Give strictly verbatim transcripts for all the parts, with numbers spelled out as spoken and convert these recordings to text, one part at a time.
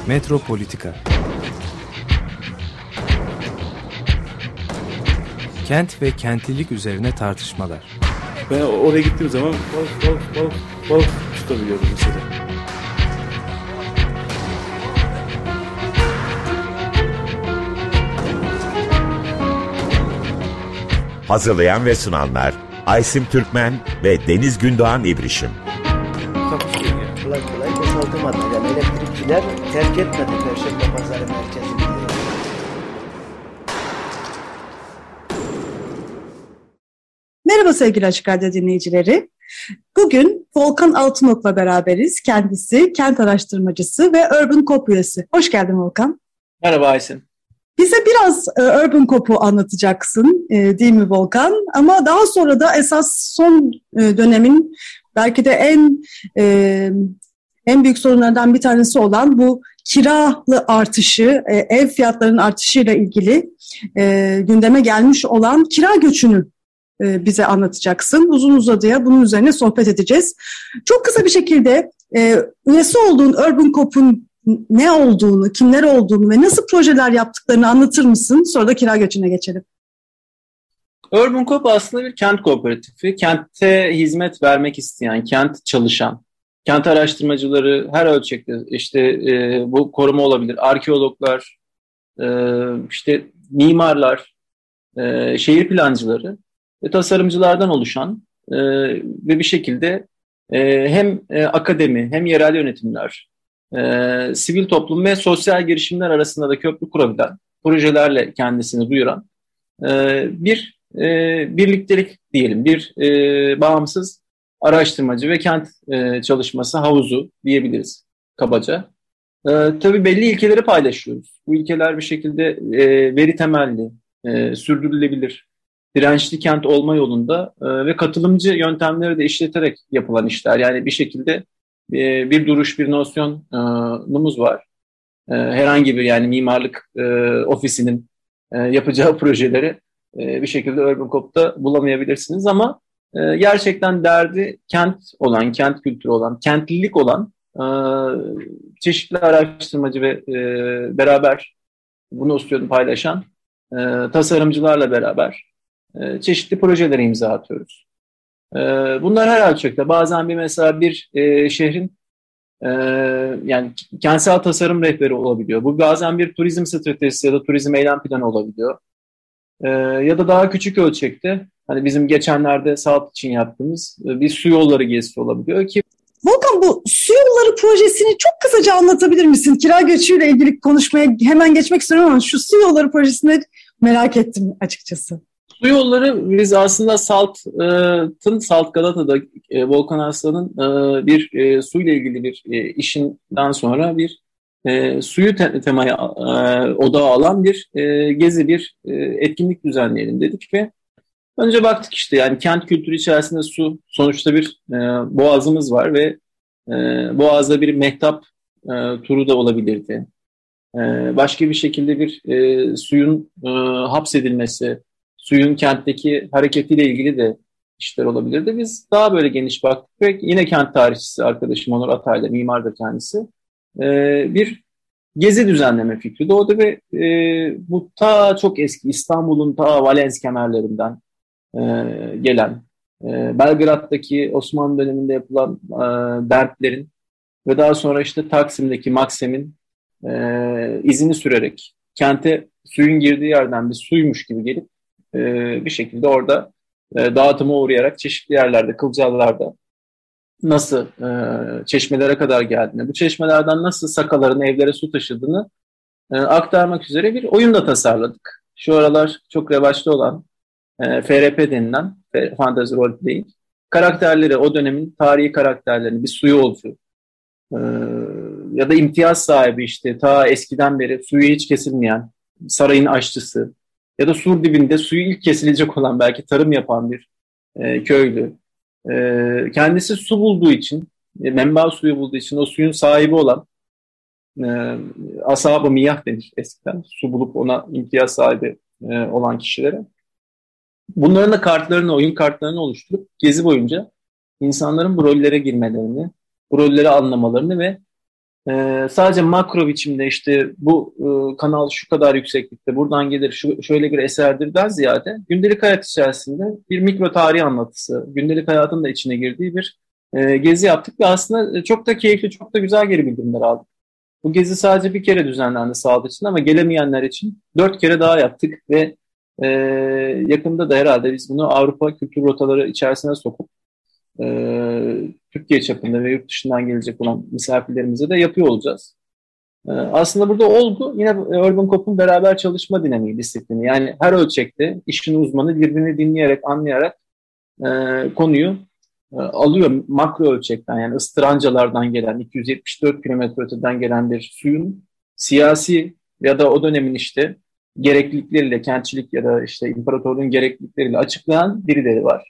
Metropolitika. Kent ve kentlilik üzerine tartışmalar. Ben oraya gittiğim zaman balık balık balık balık tutabiliyorum mesela. Hazırlayan ve sunanlar Aysim Türkmen ve Deniz Gündoğan İbrişim. Takusuyor yani. Kolay kolay boşaltamadı. Yani elektrikçiler terk etmedi Perşembe Pazarı merkezini. Merhaba sevgili Açık Radyo dinleyicileri. Bugün Volkan Altınok'la beraberiz. Kendisi kent araştırmacısı ve Urban Cop üyesi. Hoş geldin Volkan. Merhaba Aysin. Bize biraz e, Urban Cop'u anlatacaksın, e, değil mi Volkan? Ama daha sonra da esas son e, dönemin belki de en e, en büyük sorunlardan bir tanesi olan bu kiralı artışı, e, ev fiyatlarının artışıyla ilgili e, gündeme gelmiş olan kira göçünü e, bize anlatacaksın. Uzun uzadıya bunun üzerine sohbet edeceğiz. Çok kısa bir şekilde e, üyesi olduğun Urban Cop'un ne olduğunu, kimler olduğunu ve nasıl projeler yaptıklarını anlatır mısın? Sonra da kira göçüne geçelim. Urban Cop aslında bir kent kooperatifi. Kente hizmet vermek isteyen, kent çalışan, kent araştırmacıları her ölçekte işte e, bu koruma olabilir. Arkeologlar, e, işte mimarlar, e, şehir plancıları ve tasarımcılardan oluşan e, ve bir şekilde e, hem e, akademi hem yerel yönetimler, Ee, sivil toplum ve sosyal girişimler arasında da köprü kurabilen, projelerle kendisini duyuran e, bir e, birliktelik diyelim, bir e, bağımsız araştırmacı ve kent e, çalışması havuzu diyebiliriz kabaca. E, tabii belli ilkeleri paylaşıyoruz. Bu ilkeler bir şekilde e, veri temelli, e, sürdürülebilir, dirençli kent olma yolunda e, ve katılımcı yöntemleri de işleterek yapılan işler. Yani bir şekilde bir duruş, bir nosyonumuz var. Herhangi bir yani mimarlık ofisinin yapacağı projeleri bir şekilde Urban Cop'ta bulamayabilirsiniz ama gerçekten derdi kent olan, kent kültürü olan, kentlilik olan çeşitli araştırmacı ve beraber bu nosyonu paylaşan tasarımcılarla beraber çeşitli projelere imza atıyoruz. Bunlar her ölçekte. Bazen bir mesela bir e, şehrin e, yani kentsel tasarım rehberi olabiliyor. Bu bazen bir turizm stratejisi ya da turizm eylem planı olabiliyor. E, ya da daha küçük ölçekte hani bizim geçenlerde Salt için yaptığımız e, bir su yolları gezisi olabiliyor ki. Volkan, bu su yolları projesini çok kısaca anlatabilir misin? Kira göçüyle ilgili konuşmaya hemen geçmek istiyorum ama şu su yolları projesini merak ettim açıkçası. Su yolları biz aslında Salt'ın, Salt Galata'da e, Volkan Arslan'ın e, bir e, suyla ilgili bir e, işinden sonra bir e, suyu te- temaya e, odağa alan bir e, gezi, bir e, etkinlik düzenleyelim dedik ve önce baktık işte yani kent kültürü içerisinde su sonuçta bir e, boğazımız var ve e, boğazda bir mehtap e, turu da olabilirdi. E, başka bir şekilde bir e, suyun e, hapsedilmesi, suyun kentteki hareketiyle ilgili de işler olabilirdi. Biz daha böyle geniş baktık ve yine kent tarihçisi arkadaşım Onur Atay'la, mimardır kendisi, ee, bir gezi düzenleme fikri doğdu ve e, bu ta çok eski İstanbul'un ta Valens kemerlerinden e, gelen, e, Belgrad'daki Osmanlı döneminde yapılan e, dertlerin ve daha sonra işte Taksim'deki Maksim'in e, izini sürerek kente suyun girdiği yerden bir suymuş gibi gelip bir şekilde orada dağıtıma uğrayarak çeşitli yerlerde, Kılcalılar'da nasıl çeşmelere kadar geldiğini, bu çeşmelerden nasıl sakaların evlere su taşıdığını aktarmak üzere bir oyun da tasarladık. Şu aralar çok revaçta olan F R P denilen Fantasy Role Playing karakterleri, o dönemin tarihi karakterlerini, bir su yolcu ya da imtiyaz sahibi işte ta eskiden beri suyu hiç kesilmeyen sarayın aşçısı, ya da sur dibinde suyu ilk kesilecek olan belki tarım yapan bir e, köylü. E, kendisi su bulduğu için, e, menba suyu bulduğu için o suyun sahibi olan e, ashab-ı miyah denir eskiden. Su bulup ona imtiyaz sahibi e, olan kişilere. Bunların da kartlarını, oyun kartlarını oluşturup gezi boyunca insanların bu rollere girmelerini, bu rolleri anlamalarını ve Ee, sadece makro biçimde işte bu e, kanal şu kadar yükseklikte, buradan gelir, şu, şöyle bir eserdirden ziyade gündelik hayat içerisinde bir mikro tarih anlatısı, gündelik hayatın da içine girdiği bir e, gezi yaptık ve aslında çok da keyifli, çok da güzel geri bildirimler aldık. Bu gezi sadece bir kere düzenlendi sağlık için ama gelemeyenler için dört kere daha yaptık ve e, yakında da herhalde biz bunu Avrupa kültür rotaları içerisine sokup e, Türkiye çapında ve yurt dışından gelecek olan misafirlerimize de yapıyor olacağız. E, aslında burada olgu yine Urban Cop'un beraber çalışma dinamiği, disiplini. Yani her ölçekte işin uzmanı birbirini dinleyerek, anlayarak e, konuyu e, alıyor makro ölçekten, yani ıstırancalardan gelen, iki yüz yetmiş dört kilometre öteden gelen bir suyun siyasi ya da o dönemin işte gereklilikleriyle, kentçilik ya da işte imparatorluğun gereklilikleriyle açıklayan birileri var.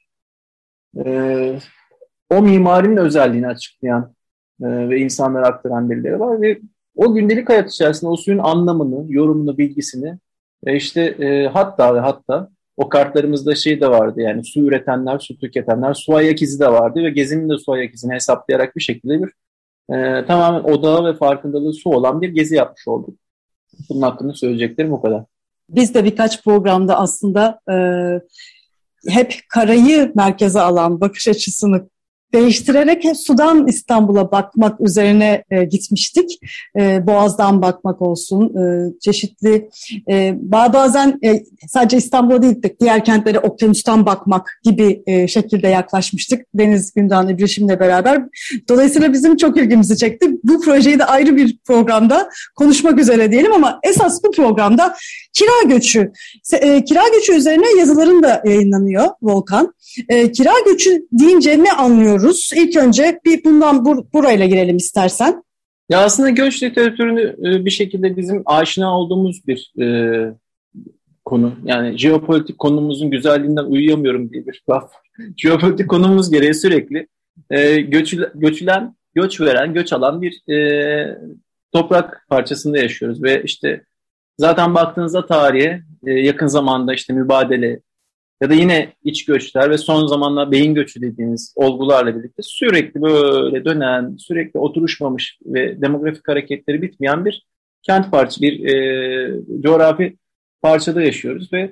Ee, o mimarinin özelliğini açıklayan e, ve insanlara aktaran birileri var ve o gündelik hayat içerisinde o suyun anlamını, yorumunu, bilgisini e, işte e, hatta ve hatta o kartlarımızda şey de vardı, yani su üretenler, su tüketenler, su ayak izi de vardı ve gezinin de su ayak izini hesaplayarak bir şekilde bir e, tamamen odağı ve farkındalığı su olan bir gezi yapmış olduk. Bunun hakkında söyleyeceklerim o kadar. Biz de birkaç programda aslında e, hep karayı merkeze alan bakış açısını değiştirerek hep sudan İstanbul'a bakmak üzerine e, gitmiştik. E, Boğaz'dan bakmak olsun, e, çeşitli e, bazen e, sadece İstanbul'a değil de diğer kentlere okyanustan bakmak gibi e, şekilde yaklaşmıştık. Deniz Gündoğan İbrişim'le beraber. Dolayısıyla bizim çok ilgimizi çekti. Bu projeyi de ayrı bir programda konuşmak üzere diyelim ama esas bu programda kira göçü, e, kira göçü üzerine yazıların da yayınlanıyor Volkan. E, kira göçü deyince ne anlıyoruz? İlk önce bir bundan bur- burayla girelim istersen. Ya aslında göç literatürünü e, bir şekilde bizim aşina olduğumuz bir e, konu. Yani jeopolitik konumuzun güzelliğinden uyuyamıyorum diye bir laf. Jeopolitik konumuz gereği sürekli e, göçülen, göçülen, göç veren, göç alan bir e, toprak parçasında yaşıyoruz ve işte zaten baktığınızda tarihe e, yakın zamanda işte mübadele ya da yine iç göçler ve son zamanlar beyin göçü dediğimiz olgularla birlikte sürekli böyle dönen, sürekli oturuşmamış ve demografik hareketleri bitmeyen bir kent parça, bir e, coğrafi parçada yaşıyoruz ve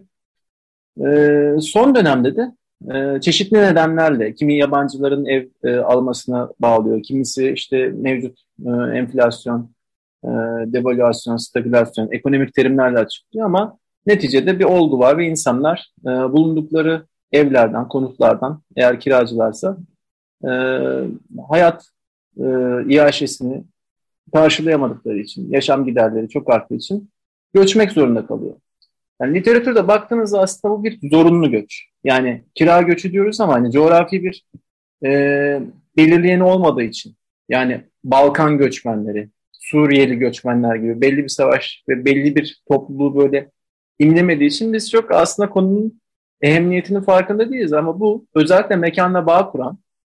e, son dönemde de e, çeşitli nedenlerle kimi yabancıların ev e, almasına bağlıyor, kimisi işte mevcut e, enflasyon, e, devalüasyon, stagflasyon, ekonomik terimlerle açıklıyor ama neticede bir olgu var ve insanlar e, bulundukları evlerden, konutlardan, eğer kiracılarsa e, hayat e, iaşesini karşılayamadıkları için, yaşam giderleri çok arttığı için göçmek zorunda kalıyor. Yani literatürde baktığınızda aslında bu bir zorunlu göç. Yani kira göçü diyoruz ama hani coğrafi bir e, belirleyeni olmadığı için, yani Balkan göçmenleri, Suriyeli göçmenler gibi belli bir savaş ve belli bir topluluğu böyle imlemediği için biz çok aslında konunun ehemmiyetinin farkında değiliz ama bu özellikle mekanla bağ kuran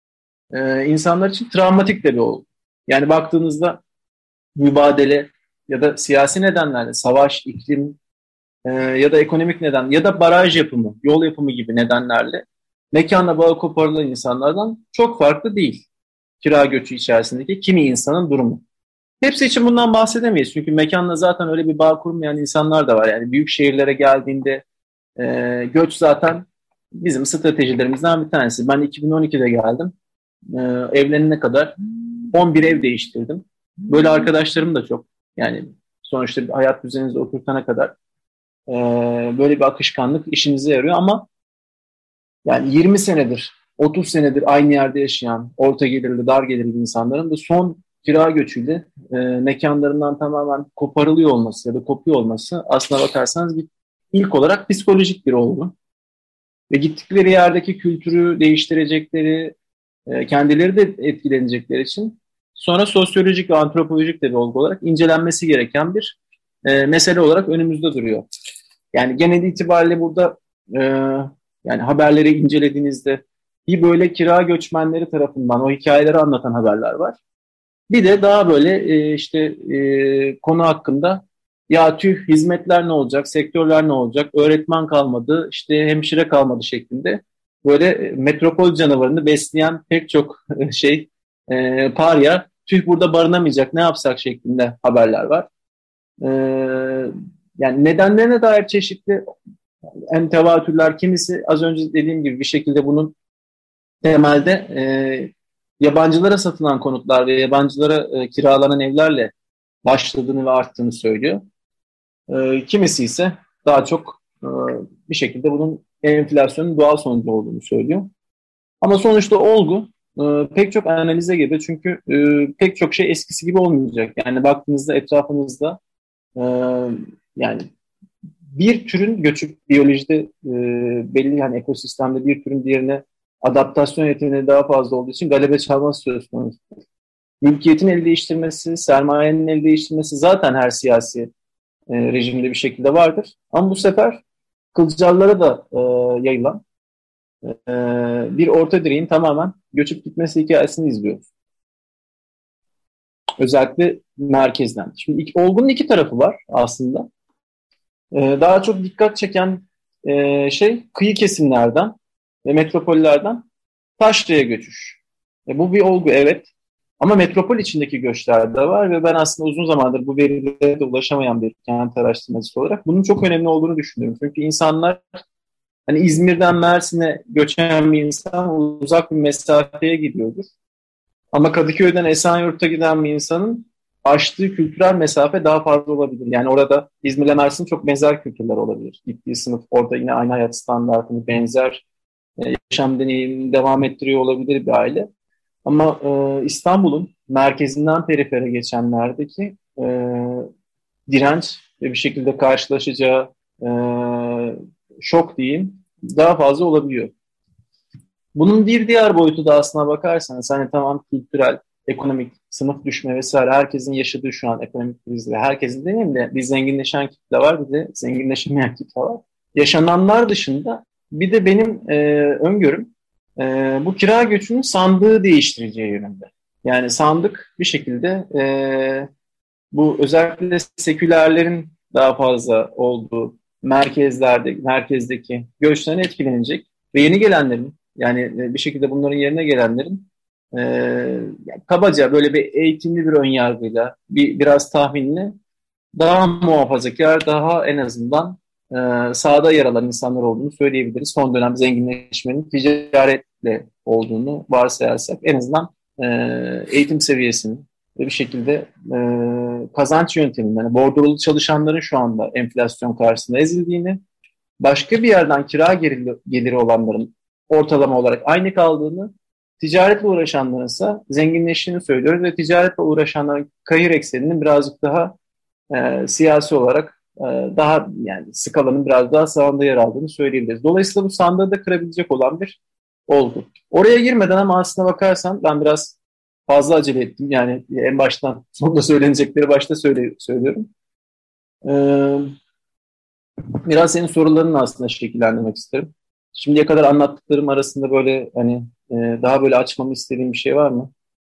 e, insanlar için travmatik de bir olgu. Yani baktığınızda mübadele ya da siyasi nedenlerle savaş, iklim e, ya da ekonomik neden ya da baraj yapımı, yol yapımı gibi nedenlerle mekanla bağ koparılan insanlardan çok farklı değil. Kira göçü içerisindeki kimi insanın durumu. Hepsi için bundan bahsedemeyiz. Çünkü mekanla zaten öyle bir bağ kurmayan insanlar da var. Yani büyük şehirlere geldiğinde e, göç zaten bizim stratejilerimizden bir tanesi. Ben iki bin on ikide geldim. E, evlenene kadar on bir ev değiştirdim. Böyle arkadaşlarım da çok. Yani sonuçta hayat düzeninizi oturtana kadar e, böyle bir akışkanlık işinize yarıyor ama yani yirmi senedir, otuz senedir aynı yerde yaşayan, orta gelirli, dar gelirli insanların da son kira göçüyle e, mekanlarından tamamen koparılıyor olması ya da kopuyor olması aslına bakarsanız bir ilk olarak psikolojik bir olgu. Ve gittikleri yerdeki kültürü değiştirecekleri, e, kendileri de etkilenecekleri için sonra sosyolojik ve antropolojik de bir olgu olarak incelenmesi gereken bir e, mesele olarak önümüzde duruyor. Yani genel itibariyle burada e, yani haberleri incelediğinizde bir böyle kira göçmenleri tarafından o hikayeleri anlatan haberler var. Bir de daha böyle e, işte e, konu hakkında ya tüh hizmetler ne olacak, sektörler ne olacak, öğretmen kalmadı, işte hemşire kalmadı şeklinde böyle metropol canavarını besleyen pek çok şey e, parya tüh burada barınamayacak, ne yapsak şeklinde haberler var. Ee, yani nedenlerine dair çeşitli en tevatürler, kimisi az önce dediğim gibi bir şekilde bunun temelde e, yabancılara satılan konutlar ve yabancılara e, kiralanan evlerle başladığını ve arttığını söylüyor. E, kimisi ise daha çok e, bir şekilde bunun enflasyonun doğal sonucu olduğunu söylüyor. Ama sonuçta olgu e, pek çok analize gebe, çünkü e, pek çok şey eskisi gibi olmayacak. Yani baktığınızda etrafınızda e, yani bir türün göçüp biyolojide e, belli, yani ekosistemde bir türün diğerine adaptasyon yeteneği daha fazla olduğu için galebe çalması söz konusu. Mülkiyetin el değiştirmesi, sermayenin el değiştirmesi zaten her siyasi e, rejimde bir şekilde vardır. Ama bu sefer kılcallara da e, yayılan e, bir orta direğin tamamen göçüp gitmesi hikayesini izliyoruz. Özellikle merkezden. Şimdi iki, olgunun iki tarafı var aslında. E, daha çok dikkat çeken e, şey kıyı kesimlerden ve metropollerden taşraya göçüş. E, bu bir olgu, evet. Ama metropol içindeki göçler de var ve ben aslında uzun zamandır bu verilere de ulaşamayan bir kent araştırmacısı olarak bunun çok önemli olduğunu düşünüyorum. Çünkü insanlar, hani İzmir'den Mersin'e göçen bir insan uzak bir mesafeye gidiyordur. Ama Kadıköy'den Esenyurt'a giden bir insanın aştığı kültürel mesafe daha fazla olabilir. Yani orada İzmir'le Mersin çok benzer kültürler olabilir. Gittiği sınıf orada yine aynı hayat standartını, benzer yaşam deneyimini devam ettiriyor olabilir bir aile. Ama e, İstanbul'un merkezinden perifere geçenlerdeki e, direnç ve bir şekilde karşılaşacağı e, şok diyeyim daha fazla olabiliyor. Bunun bir diğer boyutu da aslına bakarsanız, hani tamam kültürel, ekonomik, sınıf düşme vesaire, herkesin yaşadığı şu an ekonomik kriz ve herkesin demeyeyim de bir zenginleşen kitle var, bir de zenginleşemeyen kitle var. Yaşananlar dışında bir de benim e, öngörüm e, bu kira göçünün sandığı değiştireceği yönünde. Yani sandık bir şekilde e, bu özellikle sekülerlerin daha fazla olduğu merkezlerde, merkezdeki göçten etkilenecek ve yeni gelenlerin, yani bir şekilde bunların yerine gelenlerin e, yani kabaca böyle bir eğitimli bir önyargıyla, bir biraz tahminli, daha muhafazakar, daha en azından e, sahada yer alan insanlar olduğunu söyleyebiliriz. Son dönem zenginleşmenin ticaretle olduğunu varsayarsak en azından e, eğitim seviyesinin ve bir şekilde e, kazanç yönteminden, yani bordrolu çalışanların şu anda enflasyon karşısında ezildiğini, başka bir yerden kira geliri, geliri olanların ortalama olarak aynı kaldığını, ticaretle uğraşanların ise zenginleştiğini söylüyoruz ve ticaretle uğraşanların kayır ekseninin birazcık daha e, siyasi olarak e, daha, yani skalanın biraz daha sağında yer aldığını söyleyebiliriz. Dolayısıyla bu sandığı da kırabilecek olan bir olgu. Oraya girmeden ama aslına bakarsan ben biraz fazla acele ettim. Yani en baştan sonunda söylenecekleri başta söyle, söylüyorum. Ee, biraz senin sorularını aslında şekillendirmek isterim. Şimdiye kadar anlattıklarım arasında böyle hani e, daha böyle açmamı istediğin bir şey var mı?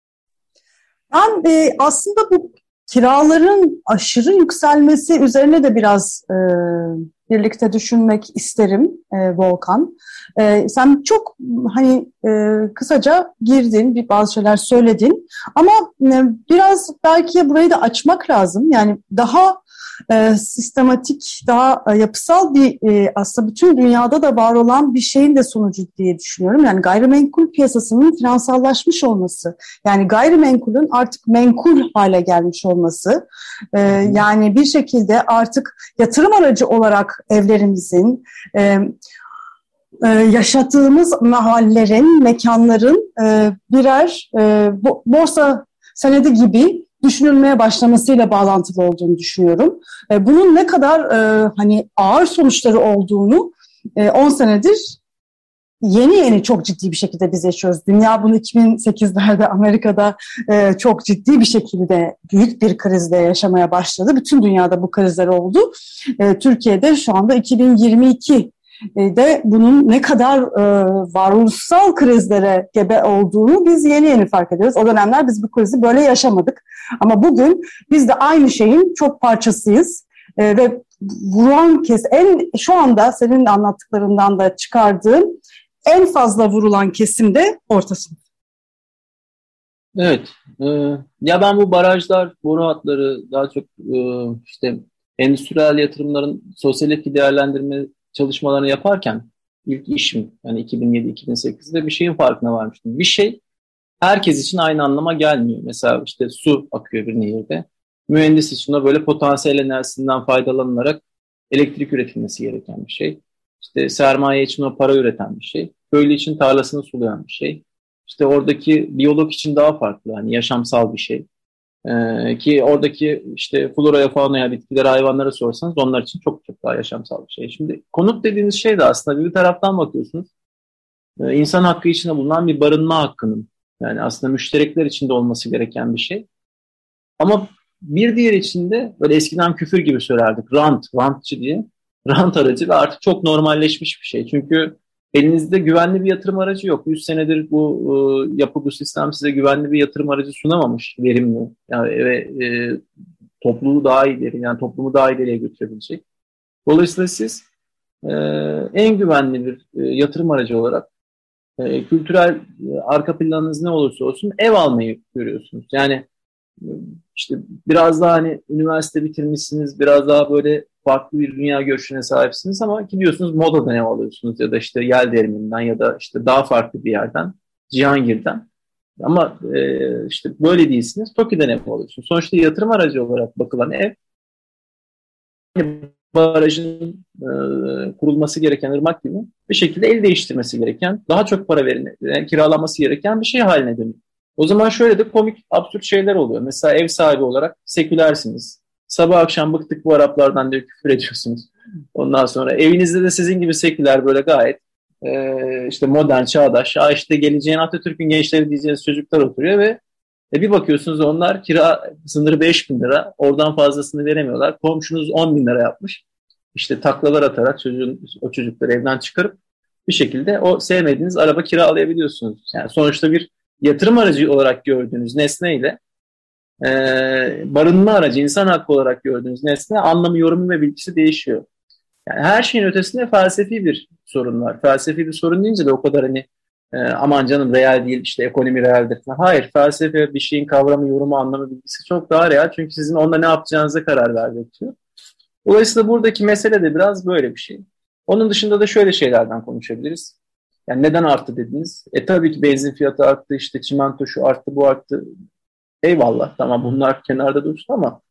Ben e, aslında bu kiraların aşırı yükselmesi üzerine de biraz e, birlikte düşünmek isterim e, Volkan. E, sen çok hani e, kısaca girdin, bir bazı şeyler söyledin ama e, biraz belki burayı da açmak lazım. Yani daha e, sistematik, daha e, yapısal bir e, aslında bütün dünyada da var olan bir şeyin de sonucu diye düşünüyorum. Yani gayrimenkul piyasasının finansallaşmış olması, yani gayrimenkulün artık menkul hale gelmiş olması, e, yani bir şekilde artık yatırım aracı olarak evlerimizin, e, e, yaşadığımız mahallerin, mekanların e, birer e, borsa senedi gibi düşünülmeye başlamasıyla bağlantılı olduğunu düşünüyorum. E, bunun ne kadar e, hani ağır sonuçları olduğunu e, on senedir yeni yeni çok ciddi bir şekilde biz yaşıyoruz. Dünya bunu iki bin sekizlerde Amerika'da e, çok ciddi bir şekilde büyük bir krizle yaşamaya başladı. Bütün dünyada bu krizler oldu. E, Türkiye'de şu anda iki bin yirmi iki de bunun ne kadar e, varoluşsal krizlere gebe olduğunu biz yeni yeni fark ediyoruz. O dönemler biz bu krizi böyle yaşamadık. Ama bugün biz de aynı şeyin çok parçasıyız. E, ve vurulan kes, en şu anda senin anlattıklarından da çıkardığım en fazla vurulan kesim de orta sınıf. Evet. E, ya ben bu barajlar, boru hatları daha çok e, işte endüstriyel yatırımların sosyal etki değerlendirme çalışmalarını yaparken ilk işim yani iki bin yedi iki bin sekizde bir şeyin farkına varmıştım. Bir şey herkes için aynı anlama gelmiyor. Mesela işte su akıyor bir nehirde. Mühendis için o böyle potansiyel enerjisinden faydalanılarak elektrik üretilmesi gereken bir şey. İşte sermaye için o para üreten bir şey. Köylü için tarlasını sulayan bir şey. İşte oradaki biyolog için daha farklı. Hani yaşamsal bir şey. Ee, ki oradaki işte floraya, faunaya, bitkilere, hayvanlara sorsanız onlar için çok çok daha yaşamsal bir şey. Şimdi konut dediğiniz şey de aslında bir taraftan bakıyorsunuz. Ee, insan hakkı içinde bulunan bir barınma hakkının yani aslında müşterekler içinde olması gereken bir şey. Ama bir diğer içinde böyle eskiden küfür gibi söylerdik. Rant, rantçı diye. Rant aracı ve artık çok normalleşmiş bir şey. Çünkü elinizde güvenli bir yatırım aracı yok. yüz senedir bu e, yapı, bu sistem size güvenli bir yatırım aracı sunamamış, verimli. Yani ve e, topluluğu daha ileri, yani toplumu daha ileriye götürebilecek. Dolayısıyla siz e, en güvenli bir e, yatırım aracı olarak e, kültürel e, arka planınız ne olursa olsun ev almayı görüyorsunuz. Yani işte biraz daha hani üniversite bitirmişsiniz, biraz daha böyle farklı bir dünya görüşüne sahipsiniz ama gidiyorsunuz Moda'dan ev alıyorsunuz ya da işte Yelderiminden ya da işte daha farklı bir yerden, Cihangir'den. Ama e, işte böyle değilsiniz, TOKİ'den ev alıyorsunuz. Sonuçta yatırım aracı olarak bakılan ev, barajın e, kurulması gereken ırmak gibi bir şekilde el değiştirmesi gereken, daha çok para verin, yani kiralanması gereken bir şey haline dönüyor. O zaman şöyle de komik, absürt şeyler oluyor. Mesela ev sahibi olarak sekülersiniz. Sabah akşam bıktık bu Araplardan diye küfür ediyorsunuz. Ondan sonra evinizde de sizin gibi seküler böyle gayet e, işte modern, çağdaş, Aa işte geleceğin Atatürk'ün gençleri diyeceğiniz çocuklar oturuyor ve e bir bakıyorsunuz onlar kira sınırı beş bin lira. Oradan fazlasını veremiyorlar. Komşunuz on bin lira yapmış. İşte taklalar atarak çocuğun, o çocukları evden çıkarıp bir şekilde o sevmediğiniz araba kiralayabiliyorsunuz. Yani sonuçta bir yatırım aracı olarak gördüğünüz nesneyle e, barınma aracı, insan hakkı olarak gördüğünüz nesne anlamı, yorumu ve bilgisi değişiyor. Yani her şeyin ötesinde felsefi bir sorun var. Felsefi bir sorun deyince de o kadar hani e, aman canım real değil, işte ekonomi realdir falan. Hayır, felsefe bir şeyin kavramı, yorumu, anlamı, bilgisi çok daha real. Çünkü sizin onunla ne yapacağınıza karar verdirtiyor. Dolayısıyla buradaki mesele de biraz böyle bir şey. Onun dışında da şöyle şeylerden konuşabiliriz. Yani neden arttı dediniz? E tabii ki benzin fiyatı arttı, işte çimento şu arttı, bu arttı. Eyvallah, tamam bunlar kenarda dursun ama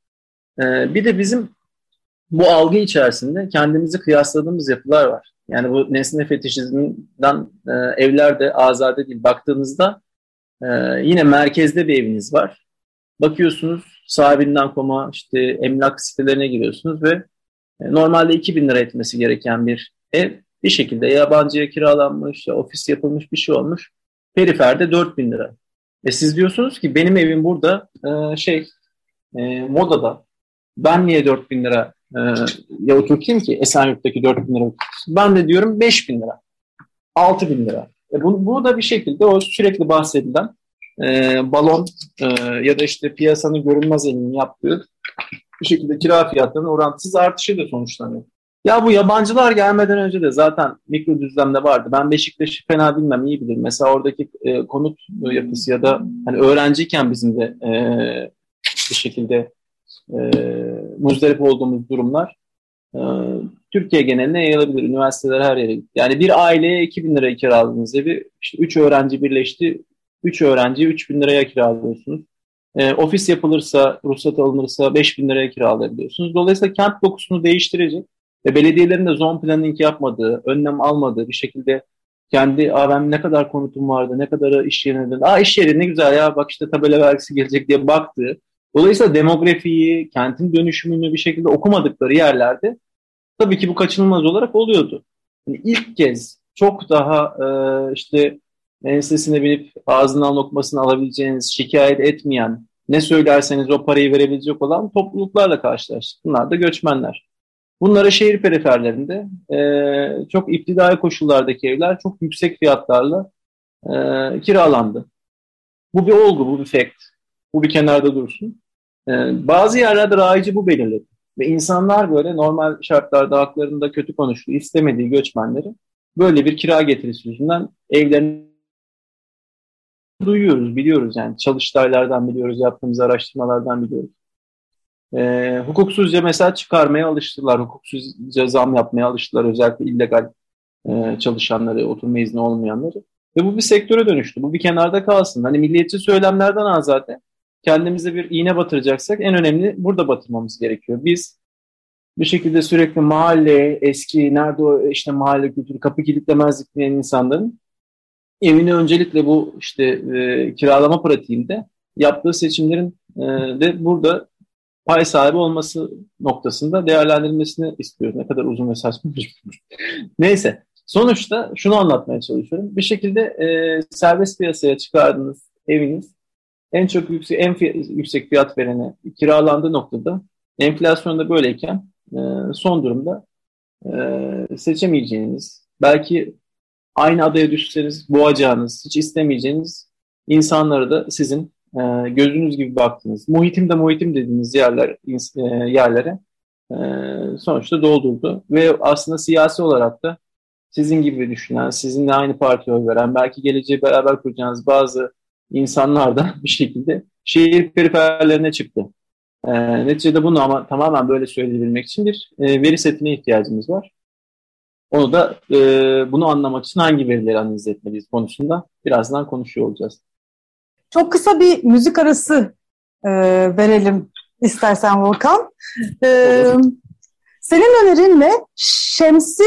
e, bir de bizim bu algı içerisinde kendimizi kıyasladığımız yapılar var. Yani bu nesne fetişizminden e, evler de azade değil. Baktığınızda e, yine merkezde bir eviniz var. Bakıyorsunuz sahibinden nokta com'a işte emlak sitelerine giriyorsunuz ve e, normalde iki bin lira etmesi gereken bir ev bir şekilde yabancıya kiralanmış, ya ofis yapılmış bir şey olmuş. Periferde dört bin lira. Ve siz diyorsunuz ki benim evim burada e, şey e, Moda'da. Ben niye dört bin lira e, ya oturtayım ki Esenyurt'taki dört bin lira? Ben de diyorum beş bin lira. altı bin lira. E bu, bu da bir şekilde o sürekli bahsedilen e, balon e, ya da işte piyasanın görünmez elinin yaptığı bir şekilde kira fiyatlarının orantısız artışıyla sonuçlanıyor. Ya bu yabancılar gelmeden önce de zaten mikro düzlemde vardı. Ben Beşiktaş'ı fena bilmem, iyi bilirim. Mesela oradaki e, konut yapısı ya da hani öğrenciyken bizim de e, bir şekilde e, muzdarip olduğumuz durumlar e, Türkiye geneline yayılabilir. Üniversiteler her yere gitti. Yani bir aileye iki bin liraya kiraladığınız evi işte üç öğrenci birleşti. üç öğrenciye üç bin liraya kiralıyorsunuz. E, ofis yapılırsa, ruhsat alınırsa beş bin liraya kiralayabiliyorsunuz. Dolayısıyla kent dokusunu değiştirecek ve belediyelerin de zone planning yapmadığı, önlem almadığı bir şekilde kendi, aa ben ne kadar konutum vardı, ne kadar iş yerine, aa iş yeri ne güzel ya bak işte tabela vergisi gelecek diye baktığı. Dolayısıyla demografiyi, kentin dönüşümünü bir şekilde okumadıkları yerlerde tabii ki bu kaçınılmaz olarak oluyordu. Yani ilk kez çok daha e, işte ensesine binip ağzından lokmasını alabileceğiniz, şikayet etmeyen, ne söylerseniz o parayı verebilecek olan topluluklarla karşılaştık. Bunlar da göçmenler. Bunlara şehir periferlerinde e, çok iptidai koşullardaki evler çok yüksek fiyatlarla e, kiralandı. Bu bir olgu, bu bir fact. Bu bir kenarda dursun. E, bazı yerlerde rayici bu belirledi. Ve insanlar böyle normal şartlarda haklarında kötü konuştuğu, istemediği göçmenleri böyle bir kira getirisi yüzünden evlerini duyuyoruz, biliyoruz yani çalıştaylardan biliyoruz, yaptığımız araştırmalardan biliyoruz. E, hukuksuzca mesela çıkarmaya alıştılar, hukuksuzca zam yapmaya alıştılar, özellikle illegal e, çalışanları, oturma izni olmayanları. Ve bu bir sektöre dönüştü, bu bir kenarda kalsın. Hani milliyetçi söylemlerden azade kendimize bir iğne batıracaksak en önemli burada batırmamız gerekiyor. Biz bir şekilde sürekli mahalle, eski, nerede o işte mahalle kültürü, kapı kilitlemezlik diyen insanların evini öncelikle bu işte e, kiralama pratiğinde yaptığı seçimlerin e, de burada pay sahibi olması noktasında değerlendirilmesini istiyoruz. Ne kadar uzun ve saçma bir şey. Neyse, sonuçta şunu anlatmaya çalışıyorum. Bir şekilde e, serbest piyasaya çıkardığınız eviniz en çok yüksek, en fi- yüksek fiyat verene kiralandığı noktada enflasyonda böyleyken e, son durumda e, seçemeyeceğiniz, belki aynı adaya düşseniz boğacağınız, hiç istemeyeceğiniz insanları da sizin e, gözünüz gibi baktığınız, muhitim de muhitim dediğiniz yerler, e, yerlere e, sonuçta doldurdu. Ve aslında siyasi olarak da sizin gibi düşünen, sizinle aynı partiye oy veren, belki geleceği beraber kuracağınız bazı insanlar da bir şekilde şehir periferlerine çıktı. E, neticede bunu ama tamamen böyle söyleyebilmek için bir e, veri setine ihtiyacımız var. Onu da e, bunu anlamak için hangi verileri analiz etmeliyiz konusunda birazdan konuşuyor olacağız. Çok kısa bir müzik arası e, verelim istersen Volkan. E, senin önerinle Şemsi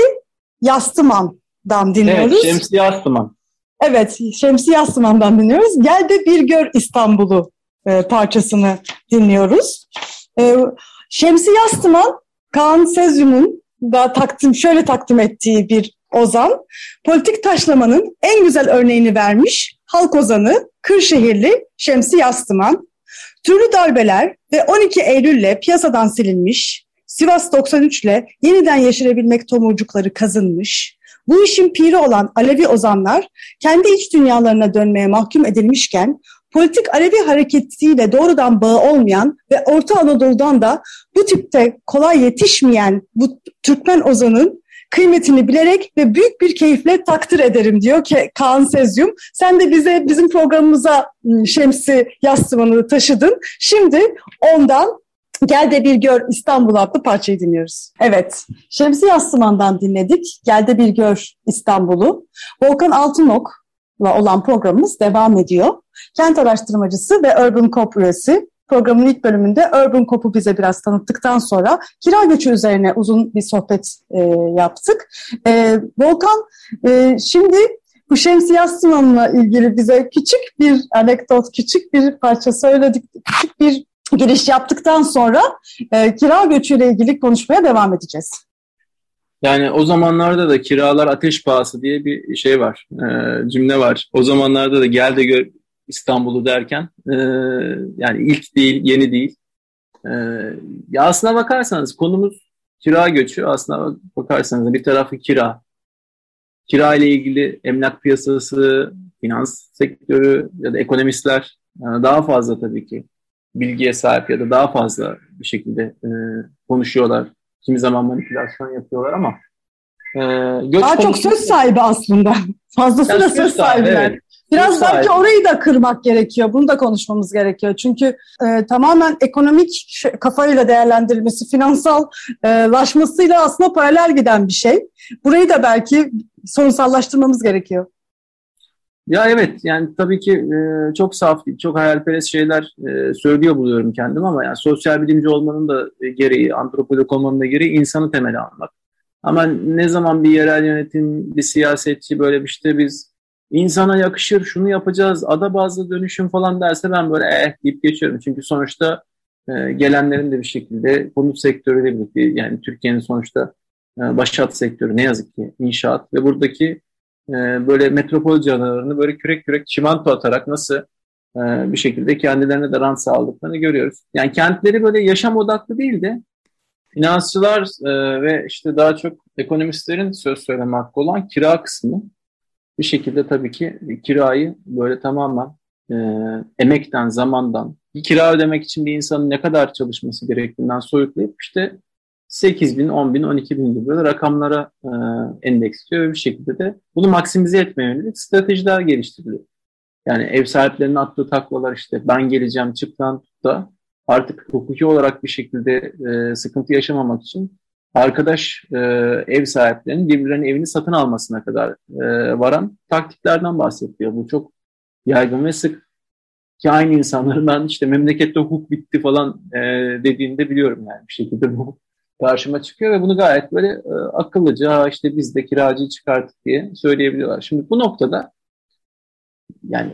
Yastıman'dan dinliyoruz. Evet, Şemsi Yastıman. Evet, Şemsi Yastıman'dan dinliyoruz. Gel de bir gör İstanbul'u e, parçasını dinliyoruz. E, Şemsi Yastıman, Kaan Sezyum'un da takdim, şöyle takdim ettiği bir ozan. Politik taşlamanın en güzel örneğini vermiş halk ozanı Kırşehirli Şemsi Yastıman. Türlü darbeler ve on iki Eylül'le piyasadan silinmiş, Sivas doksan üç'le yeniden yeşerebilmek tomurcukları kazınmış, bu işin piri olan Alevi ozanlar kendi iç dünyalarına dönmeye mahkum edilmişken, politik Alevi hareketiyle doğrudan bağı olmayan ve Orta Anadolu'dan da bu tipte kolay yetişmeyen bu Türkmen ozanın kıymetini bilerek ve büyük bir keyifle takdir ederim diyor ki Kaan Sezyum. Sen de bize bizim programımıza Şemsi Yastıman'ı taşıdın. Şimdi ondan Gel de bir gör İstanbul adlı parçayı dinliyoruz. Evet, Şemsi Yastıman'dan dinledik. Gel de bir gör İstanbul'u. Volkan Altınok'la olan programımız devam ediyor. Kent araştırmacısı ve Urban Cop üyesi. Programın ilk bölümünde Urban Cop'u bize biraz tanıttıktan sonra kira göçü üzerine uzun bir sohbet e, yaptık. E, Volkan, e, şimdi bu Şemsi Yastıman'la ilgili bize küçük bir anekdot, küçük bir parça söyledik, küçük bir giriş yaptıktan sonra e, kira göçüyle ilgili konuşmaya devam edeceğiz. Yani o zamanlarda da kiralar ateş pahası diye bir şey var, e, cümle var. O zamanlarda da gel de gör İstanbul'u derken e, yani ilk değil, yeni değil. E, ya aslına bakarsanız konumuz kira göçü. Aslına bakarsanız bir tarafı kira. Kira ile ilgili emlak piyasası, finans sektörü ya da ekonomistler yani daha fazla tabii ki bilgiye sahip ya da daha fazla bir şekilde e, konuşuyorlar. Kimi zaman manipülasyon yapıyorlar ama e, göç daha çok söz sahibi aslında. Fazlasıyla yani söz, söz sahibiler. Evet. Biraz söz belki sahibi. Orayı da kırmak gerekiyor. Bunu da konuşmamız gerekiyor. Çünkü e, tamamen ekonomik kafayla değerlendirilmesi, finansallaşmasıyla e, aslında paralel giden bir şey. Burayı da belki sorunsallaştırmamız gerekiyor. Ya evet, yani tabii ki e, çok saf, çok hayalperest şeyler e, söylüyor buluyorum kendim ama yani sosyal bilimci olmanın da e, gereği, antropolog olmanın da gereği insanı temele almak. Ama ne zaman bir yerel yönetim, bir siyasetçi böyle işte biz insana yakışır, şunu yapacağız, ada bazlı dönüşüm falan derse ben böyle eh deyip geçiyorum. Çünkü sonuçta e, gelenlerin de bir şekilde konut sektörüyle birlikte, yani Türkiye'nin sonuçta e, başat sektörü ne yazık ki inşaat ve buradaki böyle metropol canavarını böyle kürek kürek çimento atarak nasıl bir şekilde kendilerine de rant sağladıklarını görüyoruz. Yani kentleri böyle yaşam odaklı değil de finansçılar ve işte daha çok ekonomistlerin söz söyleme hakkı olan kira kısmı bir şekilde tabii ki kirayı böyle tamamen emekten, zamandan, bir kira ödemek için bir insanın ne kadar çalışması gerektiğinden soyutlayıp işte sekiz bin, on bin, on iki bin gibi böyle rakamlara e, endeksliyor ve bir şekilde de bunu maksimize etmeye yönelik stratejiler geliştiriliyor. Yani ev sahiplerinin attığı taklalar işte ben geleceğim çıktan tut da artık hukuki olarak bir şekilde e, sıkıntı yaşamamak için arkadaş e, ev sahiplerinin birbirlerinin evini satın almasına kadar e, varan taktiklerden bahsediyor. Bu çok yaygın ve sık ki aynı insanların ben işte memlekette hukuk bitti falan e, dediğinde biliyorum yani bir şekilde bu karşıma çıkıyor ve bunu gayet böyle e, akıllıca işte biz de kiracıyı çıkarttık diye söyleyebiliyorlar. Şimdi bu noktada yani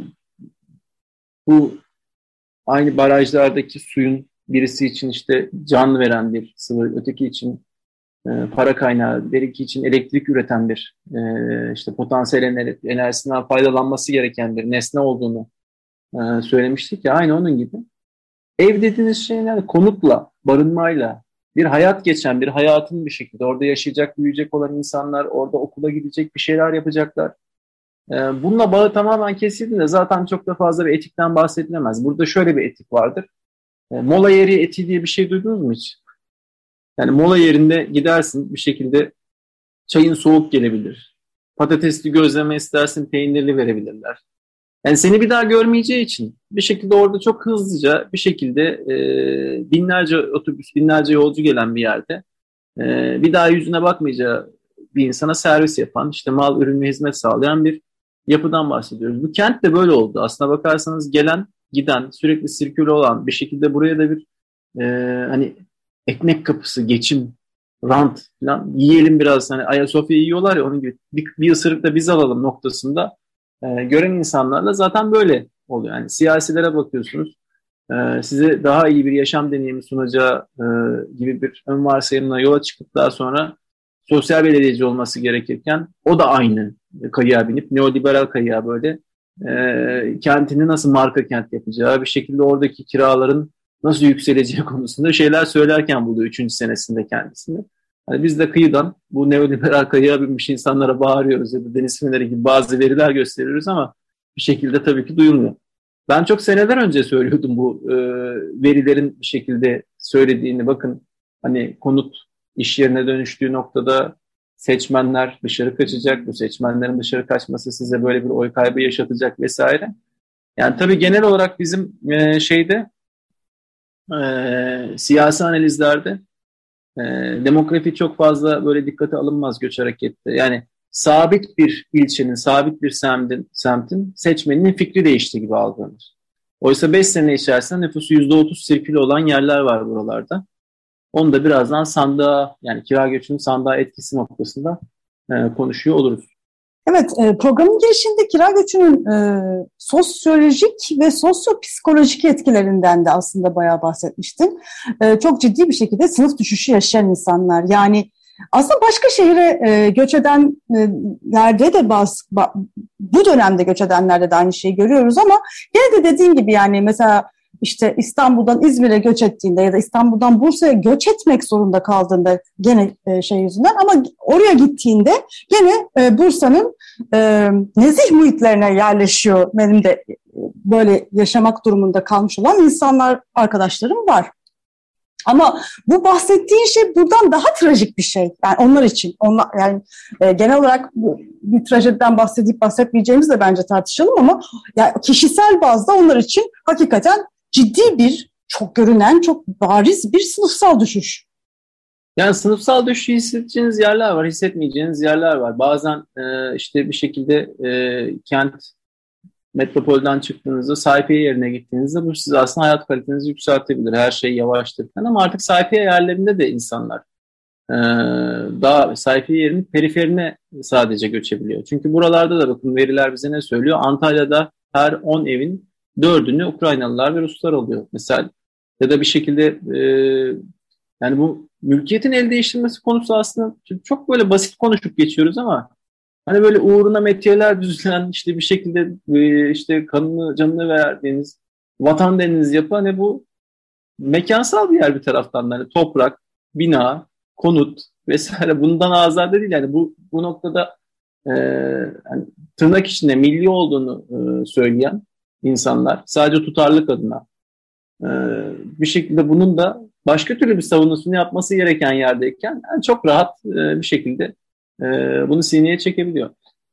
bu aynı barajlardaki suyun birisi için işte can veren bir sıvı, öteki için e, para kaynağı, beriki için elektrik üreten bir e, işte potansiyel enerjisinden faydalanması gereken bir nesne olduğunu e, söylemiştik ya, aynı onun gibi. Ev dediğiniz şey yani konutla, barınmayla bir hayat geçen, bir hayatın bir şekilde orada yaşayacak, büyüyecek olan insanlar, orada okula gidecek, bir şeyler yapacaklar. Bununla bağı tamamen kesildiğinde zaten çok da fazla bir etikten bahsedilemez. Burada şöyle bir etik vardır. Mola yeri etiği diye bir şey duydunuz mu hiç? Yani mola yerinde gidersin bir şekilde çayın soğuk gelebilir. Patatesli gözleme istersin peynirli verebilirler. Yani seni bir daha görmeyeceği için bir şekilde orada çok hızlıca bir şekilde e, binlerce otobüs, binlerce yolcu gelen bir yerde e, bir daha yüzüne bakmayacağı bir insana servis yapan, işte mal, ürün ve hizmet sağlayan bir yapıdan bahsediyoruz. Bu kent de böyle oldu. Aslına bakarsanız gelen, giden, sürekli sirküle olan bir şekilde buraya da bir e, hani ekmek kapısı, geçim, rant falan yiyelim biraz. Hani Ayasofya yiyorlar ya onun gibi bir, bir ısırık da biz alalım noktasında e, gören insanlarla zaten böyle oluyor. Yani siyasilere bakıyorsunuz. E, size daha iyi bir yaşam deneyimi sunacağı e, gibi bir ön varsayımla yola çıkıp daha sonra sosyal belediyeci olması gerekirken o da aynı kayığa binip neoliberal kayığa böyle e, kentini nasıl marka kent yapacağı, bir şekilde oradaki kiraların nasıl yükseleceği konusunda şeyler söylerken buluyor üçüncü senesinde kendisini. Yani biz de kıyıdan bu neoliberal kayığa binmiş insanlara bağırıyoruz ya da deniz feneri gibi bazı veriler gösteriyoruz ama bir şekilde tabii ki duyulmuyor. Ben çok seneler önce söylüyordum bu e, verilerin bir şekilde söylediğini. Bakın hani konut iş yerine dönüştüğü noktada seçmenler dışarı kaçacak. Bu seçmenlerin dışarı kaçması size böyle bir oy kaybı yaşatacak vesaire. Yani tabii genel olarak bizim e, şeyde e, siyasi analizlerde e, demografi çok fazla böyle dikkate alınmaz göç harekette. Yani sabit bir ilçenin, sabit bir semtin, semtin seçmeninin fikri değişti gibi algılanır. Oysa beş sene içerisinde nüfusu yüzde otuz sirkülü olan yerler var buralarda. Onu da birazdan sandığa, yani kira göçünün sandığa etkisi noktasında e, konuşuyor oluruz. Evet, e, programın girişinde kira göçünün e, sosyolojik ve sosyopsikolojik etkilerinden de aslında bayağı bahsetmiştin. E, çok ciddi bir şekilde sınıf düşüşü yaşayan insanlar. Yani aslında başka şehre e, göç edenlerde de bazı, ba, bu dönemde göç edenlerde de aynı şeyi görüyoruz ama gene de dediğim gibi yani mesela İşte İstanbul'dan İzmir'e göç ettiğinde ya da İstanbul'dan Bursa'ya göç etmek zorunda kaldığında gene e, şey yüzünden ama oraya gittiğinde gene e, Bursa'nın e, nezih muhitlerine yerleşiyor. Benim de e, böyle yaşamak durumunda kalmış olan insanlar, arkadaşlarım var. Ama bu bahsettiğin şey buradan daha trajik bir şey. Yani onlar için. Onlar, yani e, genel olarak bir trajediden bahsedip bahsetmeyeceğimiz de bence tartışalım ama yani kişisel bazda onlar için hakikaten ciddi bir, çok görünen, çok bariz bir sınıfsal düşüş. Yani sınıfsal düşüşü hissedeceğiniz yerler var, hissetmeyeceğiniz yerler var. Bazen e, işte bir şekilde e, kent, metropolden çıktığınızda sayfiye yerine gittiğinizde bu size aslında hayat kalitenizi yükseltebilir. Her şey yavaştırırken ama artık sayfiye yerlerinde de insanlar e, daha sayfiye yerinin periferine sadece göçebiliyor. Çünkü buralarda da bakın veriler bize ne söylüyor? Antalya'da her on evin dördünü Ukraynalılar ve Ruslar oluyor mesela. Ya da bir şekilde e, yani bu mülkiyetin el değiştirmesi konusu aslında çok böyle basit konuşup geçiyoruz ama hani böyle uğruna metiyeler düzülen işte bir şekilde e, işte kanını canını verdiğiniz vatan dediğiniz yapı hani bu mekansal bir yer bir taraftan da hani toprak, bina, konut vesaire bundan azade değil yani bu bu noktada e, yani tırnak içinde milli olduğunu e, söyleyen insanlar sadece tutarlılık adına e, bir şekilde bunun da başka türlü bir savunmasını yapması gereken yerdeyken yani çok rahat e, bir şekilde e, bunu sineye çekebiliyor.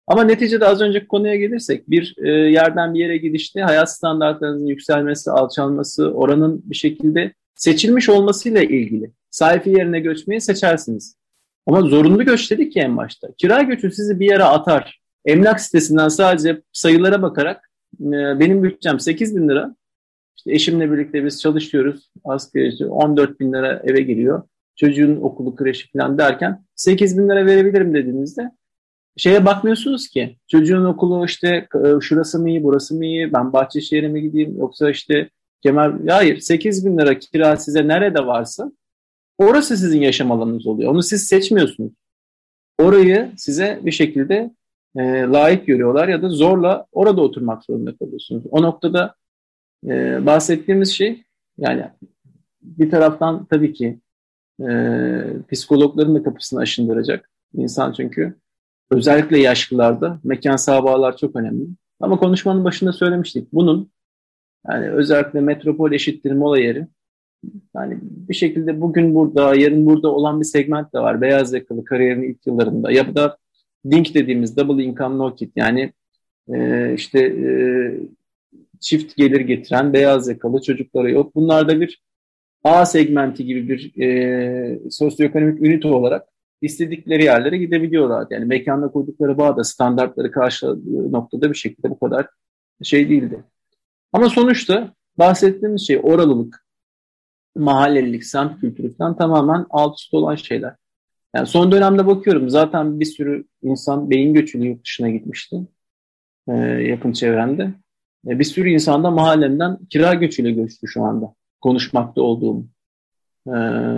Ama neticede az önceki konuya gelirsek bir e, yerden bir yere gidişte hayat standartlarınızın yükselmesi, alçalması, oranın bir şekilde seçilmiş olmasıyla ilgili. Sayfi yerine göçmeyi seçersiniz. Ama zorunlu göç dedik ya en başta. Kira göçü sizi bir yere atar. Emlak sitesinden sadece sayılara bakarak e, benim bütçem sekiz bin lira. İşte eşimle birlikte biz çalışıyoruz. Asgari on dört bin lira eve geliyor. Çocuğun okulu, kreşi falan derken sekiz bin lira verebilirim dediğinizde şeye bakmıyorsunuz ki. Çocuğun okulu işte şurası mı iyi, burası mı iyi, ben Bahçeşehir'e mi gideyim yoksa işte Kemal... Hayır, sekiz bin lira kira size nerede varsa orası sizin yaşam alanınız oluyor. Onu siz seçmiyorsunuz. Orayı size bir şekilde e, layık görüyorlar ya da zorla orada oturmak zorunda kalıyorsunuz. O noktada e, bahsettiğimiz şey yani bir taraftan tabii ki e, psikologların da kapısını aşındıracak. İnsan çünkü özellikle yaşlılarda mekansal bağlar çok önemli. Ama konuşmanın başında söylemiştik. Bunun yani özellikle metropol eşittir mola yeri. Yani bir şekilde bugün burada, yarın burada olan bir segment de var. Beyaz yakalı kariyerin ilk yıllarında. Ya da DINK dediğimiz double income no kid. Yani e, işte e, çift gelir getiren beyaz yakalı çocukları yok. Bunlar da bir A segmenti gibi bir e, sosyoekonomik ünite olarak istedikleri yerlere gidebiliyorlar. Yani mekanda kurdukları bağ da standartları karşıladığı noktada bir şekilde bu kadar şey değildi. Ama sonuçta bahsettiğimiz şey oralılık, mahallelilik, semt kültürü falan tamamen alt üst olan şeyler. Yani son dönemde bakıyorum zaten bir sürü insan beyin göçüyle yurt dışına gitmişti e, yakın çevremde. E, bir sürü insan da mahallemden kira göçüyle göçtü şu anda. Konuşmakta olduğum. E,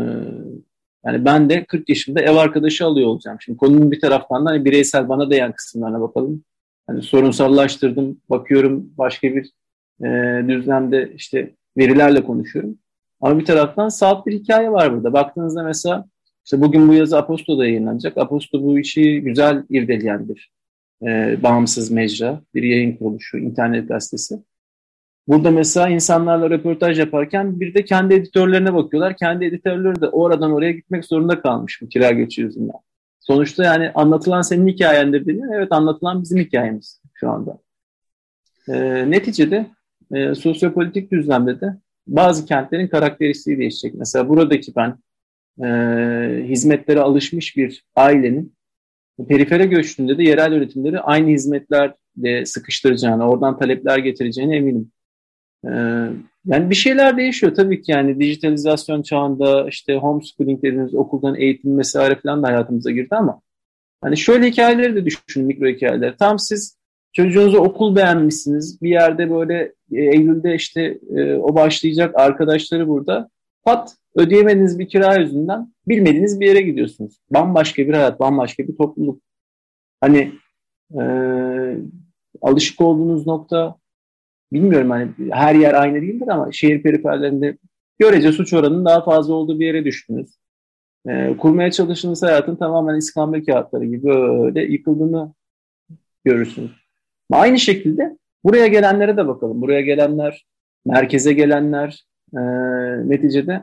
yani ben de kırk yaşında ev arkadaşı alıyor olacağım. Şimdi konunun bir taraftan da hani bireysel bana değen kısımlarına bakalım. Hani sorunsallaştırdım, bakıyorum başka bir e, düzlemde işte verilerle konuşuyorum. Ama bir taraftan salt bir hikaye var burada. Baktığınızda mesela işte bugün bu yazı Aposto'da yayınlanacak. Aposto bu işi güzel irdeleyen bir e, bağımsız mecra, bir yayın kuruluşu, internet gazetesi. Burada mesela insanlarla röportaj yaparken bir de kendi editörlerine bakıyorlar. Kendi editörleri de oradan oraya gitmek zorunda kalmış bu kira göçü yüzünden. Sonuçta yani anlatılan senin hikayendir dediğin, evet anlatılan bizim hikayemiz şu anda. E, neticede e, sosyopolitik düzlemde de bazı kentlerin karakteristiği değişecek. Mesela buradaki ben e, hizmetlere alışmış bir ailenin perifere göçtüğünde de yerel yönetimleri aynı hizmetlerle sıkıştıracağını, oradan talepler getireceğine eminim. E, yani bir şeyler değişiyor tabii ki yani dijitalizasyon çağında işte homeschooling dediğimiz okuldan eğitim vesaire falan da hayatımıza girdi ama hani şöyle hikayeleri de düşünün, mikro hikayeler. Tam siz çocuğunuza okul beğenmişsiniz. Bir yerde böyle e, Eylül'de işte e, o başlayacak, arkadaşları burada. Pat ödeyemediğiniz bir kira yüzünden bilmediğiniz bir yere gidiyorsunuz. Bambaşka bir hayat, bambaşka bir topluluk. Hani e, alışık olduğunuz nokta bilmiyorum hani her yer aynı değildir ama şehir periferlerinde görece suç oranının daha fazla olduğu bir yere düştünüz. E, kurmaya çalıştığınız hayatın tamamen iskambil kağıtları gibi böyle yıkıldığını görürsünüz. Aynı şekilde buraya gelenlere de bakalım. Buraya gelenler, merkeze gelenler e, neticede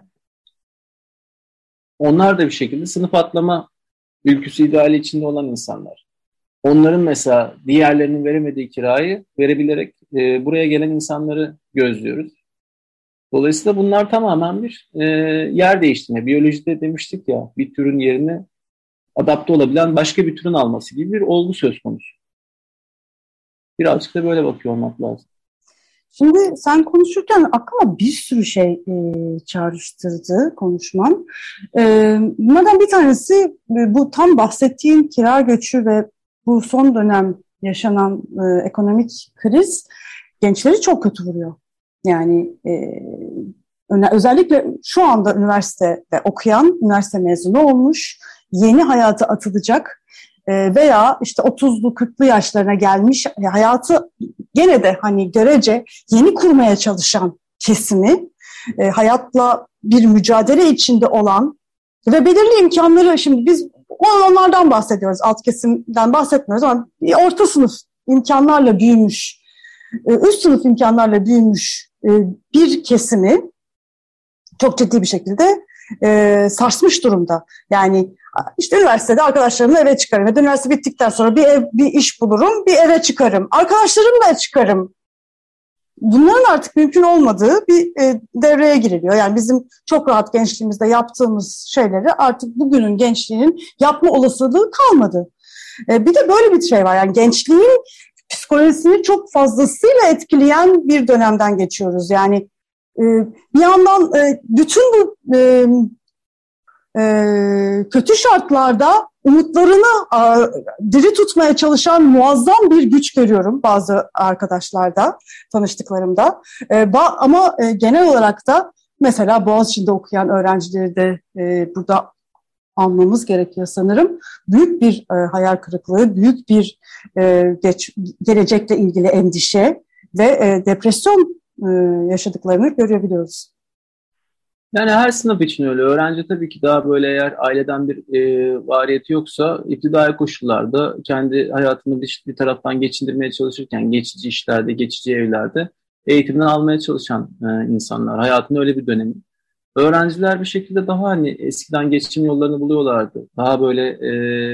onlar da bir şekilde sınıf atlama ülküsü ideali içinde olan insanlar. Onların mesela diğerlerinin veremediği kirayı verebilerek e, buraya gelen insanları gözlüyoruz. Dolayısıyla bunlar tamamen bir e, yer değiştirme. Biyolojide demiştik ya bir türün yerine adapte olabilen başka bir türün alması gibi bir olgu söz konusu. Birazcık da böyle bakıyor olmak lazım. Şimdi sen konuşurken aklıma bir sürü şey e, çağrıştırdı konuşman. E, bunlardan bir tanesi e, bu tam bahsettiğin kira göçü ve bu son dönem yaşanan e, ekonomik kriz gençleri çok kötü vuruyor. Yani e, özellikle şu anda üniversitede okuyan, üniversite mezunu olmuş, yeni hayata atılacak veya işte otuzlu kırklı yaşlarına gelmiş hayatı gene de hani görece yeni kurmaya çalışan kesimi, e, hayatla bir mücadele içinde olan ve belirli imkanları, şimdi biz onlardan bahsediyoruz, alt kesimden bahsetmiyoruz ama orta sınıf imkanlarla büyümüş, e, üst sınıf imkanlarla büyümüş e, bir kesimi çok ciddi bir şekilde e, sarsmış durumda. Yani işte üniversitede arkadaşlarımla eve çıkarım. Ya da üniversite bittikten sonra bir ev, bir iş bulurum, bir eve çıkarım. Arkadaşlarımla çıkarım. Bunların artık mümkün olmadığı bir e, devreye giriliyor. Yani bizim çok rahat gençliğimizde yaptığımız şeyleri artık bugünün gençliğinin yapma olasılığı kalmadı. E, bir de böyle bir şey var. Yani gençliğin psikolojisini çok fazlasıyla etkileyen bir dönemden geçiyoruz. Yani e, bir yandan e, bütün bu e, e, kötü şartlarda umutlarını a, diri tutmaya çalışan muazzam bir güç görüyorum bazı arkadaşlarda, tanıştıklarımda. E, ba, ama e, genel olarak da mesela Boğaziçi'nde okuyan öğrencileri de e, burada almamız gerekiyor sanırım. Büyük bir e, hayal kırıklığı, büyük bir e, geç, gelecekle ilgili endişe ve e, depresyon e, yaşadıklarını görebiliyoruz. Yani her sınıf için öyle. Öğrenci tabii ki daha böyle eğer aileden bir e, variyeti yoksa iptidai koşullarda kendi hayatını bir, bir taraftan geçindirmeye çalışırken geçici işlerde, geçici evlerde eğitimden almaya çalışan e, insanlar. Hayatın öyle bir dönemi. Öğrenciler bir şekilde daha hani eskiden geçim yollarını buluyorlardı. Daha böyle e,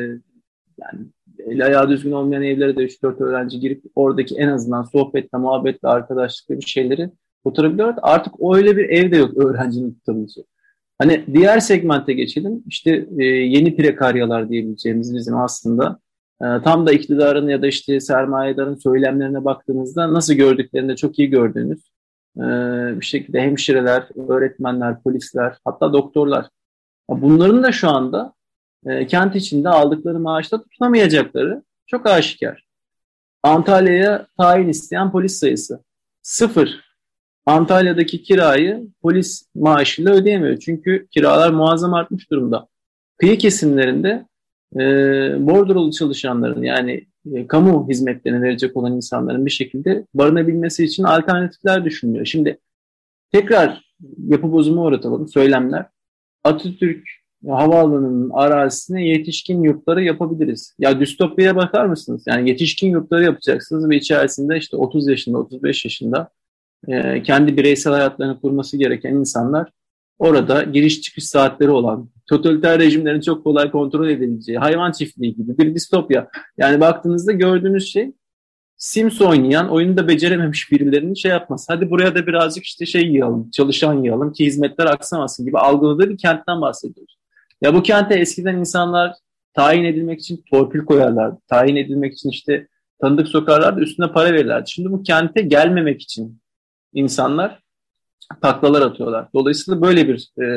yani el ayağı düzgün olmayan evlere de üç dört öğrenci girip oradaki en azından sohbetle, muhabbetle, arkadaşlıkla bir şeyleri oturabiliyorlar. Artık öyle bir ev de yok öğrencinin tutabileceği. Hani diğer segmente geçelim. İşte e, yeni prekaryalar diyebileceğimiz bizim aslında e, tam da iktidarın ya da işte sermayedarın söylemlerine baktığınızda nasıl gördüklerini de çok iyi gördüğünüz e, bir şekilde hemşireler, öğretmenler, polisler, hatta doktorlar. Bunların da şu anda e, kent içinde aldıkları maaşta tutunamayacakları çok aşikar. Antalya'ya tayin isteyen polis sayısı sıfır. Antalya'daki kirayı polis maaşıyla ödeyemiyor. Çünkü kiralar muazzam artmış durumda. Kıyı kesimlerinde e, bordrolu çalışanların yani e, kamu hizmetlerini verecek olan insanların bir şekilde barınabilmesi için alternatifler düşünülüyor. Şimdi tekrar yapı bozuma uğratalım söylemler. Atatürk Havaalanı'nın arazisine yetişkin yurtları yapabiliriz. Ya distopyaya bakar mısınız? Yani yetişkin yurtları yapacaksınız ve içerisinde işte otuz yaşında, otuz beş yaşında e, kendi bireysel hayatlarını kurması gereken insanlar orada giriş çıkış saatleri olan, totaliter rejimlerin çok kolay kontrol edileceği, hayvan çiftliği gibi bir distopya. Yani baktığınızda gördüğünüz şey Sims oynayan, oyunu da becerememiş birilerinin şey yapması. Hadi buraya da birazcık işte şey yığalım, çalışan yığalım ki hizmetler aksamasın gibi algıladığı bir kentten bahsediyoruz. Ya bu kente eskiden insanlar tayin edilmek için torpil koyarlardı. Tayin edilmek için işte tanıdık sokarlardı, üstüne para verirlerdi. Şimdi bu kente gelmemek için insanlar taklalar atıyorlar. Dolayısıyla böyle bir e,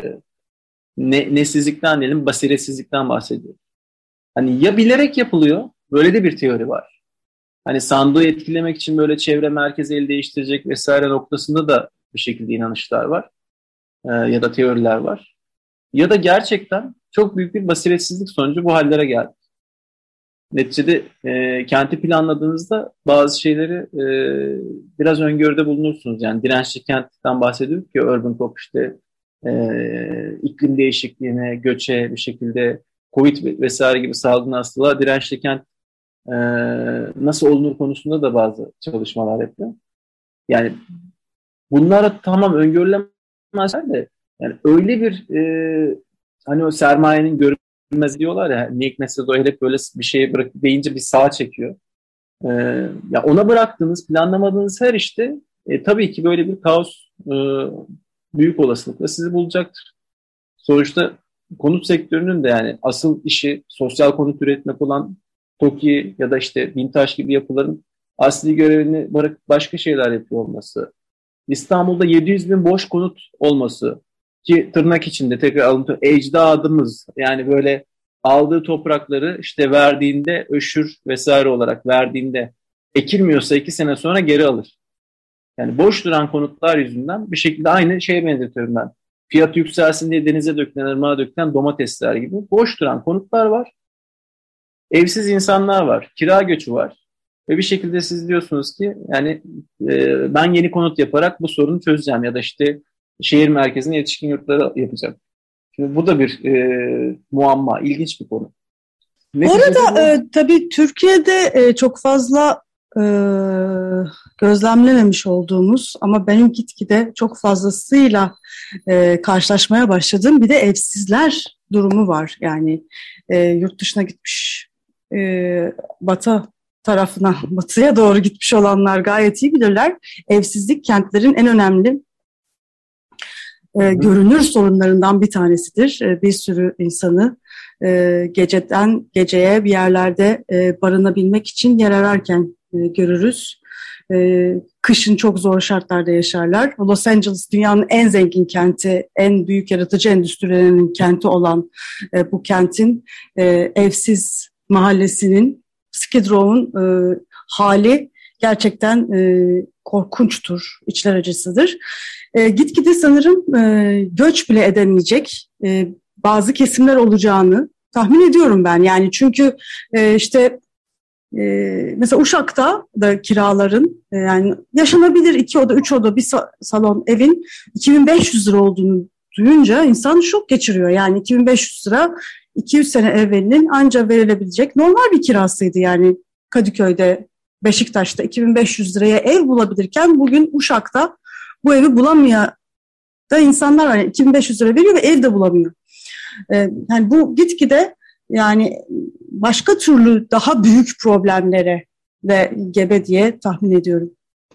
ne, nesizlikten diyelim, basiretsizlikten bahsediyoruz. Hani ya bilerek yapılıyor, böyle de bir teori var. Hani sandığı etkilemek için böyle çevre merkezi el değiştirecek vesaire noktasında da bir şekilde inanışlar var. E, ya da teoriler var. Ya da gerçekten çok büyük bir basiretsizlik sonucu bu hallere geldi. Neticede e, kenti planladığınızda bazı şeyleri e, biraz öngörüde bulunursunuz. Yani dirençli kentten bahsediyoruz ki Urban Cop işte e, iklim değişikliğine, göçe bir şekilde Covid vesaire gibi salgın hastalığa dirençli kent e, nasıl olunur konusunda da bazı çalışmalar yapıyor. Yani bunlar tamam öngörülemezler de yani öyle bir e, hani o sermayenin görünmez diyorlar ya Nick Mesedoy hep böyle bir şeye bırakıp deyince bir sağa çekiyor. E, ya ona bıraktığınız, planlamadığınız her işte e, tabii ki böyle bir kaos e, büyük olasılıkla sizi bulacaktır. Sonuçta konut sektörünün de yani asıl işi sosyal konut üretmek olan TOKİ ya da işte Vintaş gibi yapıların asli görevini bırakıp başka şeyler yapıyor olması. İstanbul'da yedi yüz bin boş konut olması ki tırnak içinde tekrar alıntı ecdadımız yani böyle aldığı toprakları işte verdiğinde öşür vesaire olarak verdiğinde ekilmiyorsa iki sene sonra geri alır. Yani boş duran konutlar yüzünden bir şekilde aynı şeye benzetiyorum ben. Fiyat yükselsin diye denize dökülen, ırmağa dökülen domatesler gibi boş duran konutlar var. Evsiz insanlar var. Kira göçü var. Ve bir şekilde siz diyorsunuz ki yani e, ben yeni konut yaparak bu sorunu çözeceğim ya da işte şehir merkezine yetişkin yurtları yapacağım. Şimdi bu da bir e, muamma, ilginç bir konu. Bu arada e, tabii Türkiye'de e, çok fazla e, gözlemlememiş olduğumuz ama benim gitgide çok fazlasıyla e, karşılaşmaya başladığım bir de evsizler durumu var. Yani e, yurt dışına gitmiş, e, batı tarafına, batıya doğru gitmiş olanlar gayet iyi bilirler. Evsizlik kentlerin en önemli e, görünür sorunlarından bir tanesidir. E, bir sürü insanı e, geceden geceye bir yerlerde e, barınabilmek için yer ararken e, görürüz. E, kışın çok zor şartlarda yaşarlar. Los Angeles dünyanın en zengin kenti, en büyük yaratıcı endüstrilerinin kenti olan e, bu kentin e, evsiz mahallesinin, Skid Row'un e, hali gerçekten e, korkunçtur, içler acısıdır. E, gitgide sanırım e, göç bile edemeyecek e, bazı kesimler olacağını tahmin ediyorum ben. Yani çünkü e, işte e, mesela Uşak'ta da kiraların e, yani yaşanabilir iki oda, üç oda bir sa- salon evin iki bin beş yüz lira olduğunu duyunca insan şok geçiriyor. Yani iki bin beş yüz lira iki yüz sene evvelinin ancak verilebilecek normal bir kirasıydı. Yani Kadıköy'de, Beşiktaş'ta iki bin beş yüz liraya ev bulabilirken bugün Uşak'ta bu evi bulamayan da insanlar var. Yani iki bin beş yüz lira veriyor ve ev de bulamıyor. Ee, yani bu gitgide yani başka türlü daha büyük problemlere de gebe diye tahmin ediyorum.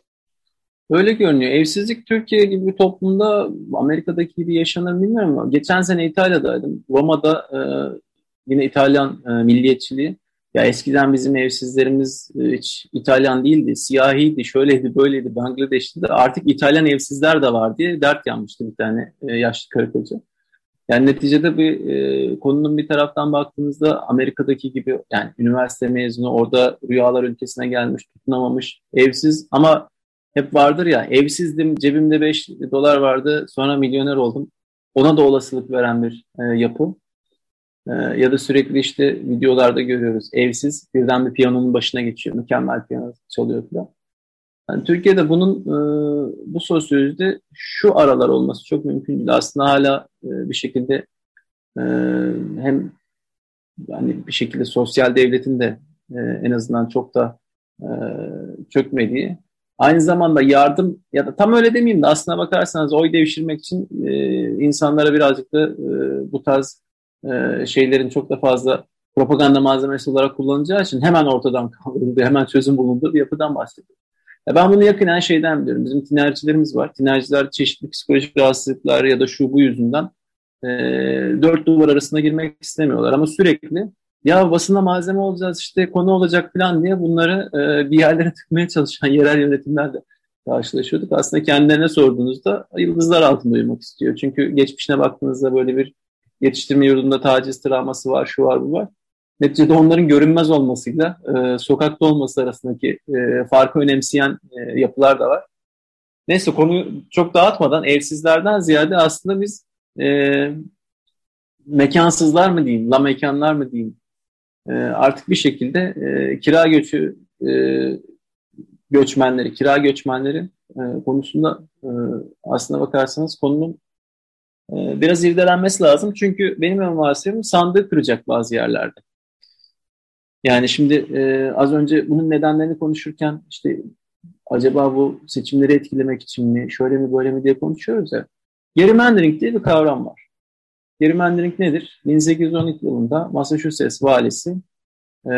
Öyle görünüyor. Evsizlik Türkiye gibi bir toplumda Amerika'daki gibi yaşanır mı bilmiyorum ama geçen sene İtalya'daydım. Roma'da e, yine İtalyan e, milliyetçiliği. Ya eskiden bizim evsizlerimiz e, hiç İtalyan değildi, siyahiydi, şöyleydi, böyleydi, Bangladeş'ti de artık İtalyan evsizler de var diye dert yanmıştı bir tane e, yaşlı karı koca. Yani neticede bir e, konunun bir taraftan baktığınızda Amerika'daki gibi yani üniversite mezunu, orada rüyalar ülkesine gelmiş, tutunamamış, evsiz ama hep vardır ya, evsizdim, cebimde beş dolar vardı, sonra milyoner oldum. Ona da olasılık veren bir e, yapı. E, ya da sürekli işte videolarda görüyoruz. Evsiz, birden bir piyanonun başına geçiyor. Mükemmel piyano çalıyor falan. Yani Türkiye'de bunun e, bu sosyolojide şu aralar olması çok mümkün değil. Aslında hala e, bir şekilde e, hem yani bir şekilde sosyal devletin de e, en azından çok da e, çökmediği, aynı zamanda yardım ya da tam öyle demeyeyim de aslına bakarsanız oy devşirmek için e, insanlara birazcık da e, bu tarz e, şeylerin çok da fazla propaganda malzemesi olarak kullanılacağı için hemen ortadan kaldırıldığı, hemen çözüm bulunduğu bir yapıdan bahsediyorum. Ya ben bunu yakinen şeyden biliyorum. Bizim tinercilerimiz var. Tinerciler çeşitli psikolojik rahatsızlıklar ya da şu bu yüzünden e, dört duvar arasına girmek istemiyorlar ama sürekli ya basına malzeme olacağız işte konu olacak falan diye bunları e, bir yerlere tıkmaya çalışan yerel yönetimlerle karşılaşıyorduk. Aslında kendilerine sorduğunuzda yıldızlar altında uyumak istiyor. Çünkü geçmişine baktığınızda böyle bir yetiştirme yurdunda taciz travması var, şu var, bu var. Neticede onların görünmez olmasıyla e, sokakta olması arasındaki e, farkı önemseyen e, yapılar da var. Neyse konuyu çok dağıtmadan evsizlerden ziyade aslında biz e, mekansızlar mı diyeyim, la mekanlar mı diyeyim, e, artık bir şekilde e, kira göçü e, göçmenleri, kira göçmenleri e, konusunda e, aslına bakarsanız konunun e, biraz irdelenmesi lazım. Çünkü benim envasiyonum sandığı kıracak bazı yerlerde. Yani şimdi e, az önce bunun nedenlerini konuşurken işte acaba bu seçimleri etkilemek için mi, şöyle mi böyle mi diye konuşuyoruz ya. Gerrymandering diye bir kavram var. Gerrymandering nedir? bin sekiz yüz on iki yılında Massachusetts valisi e,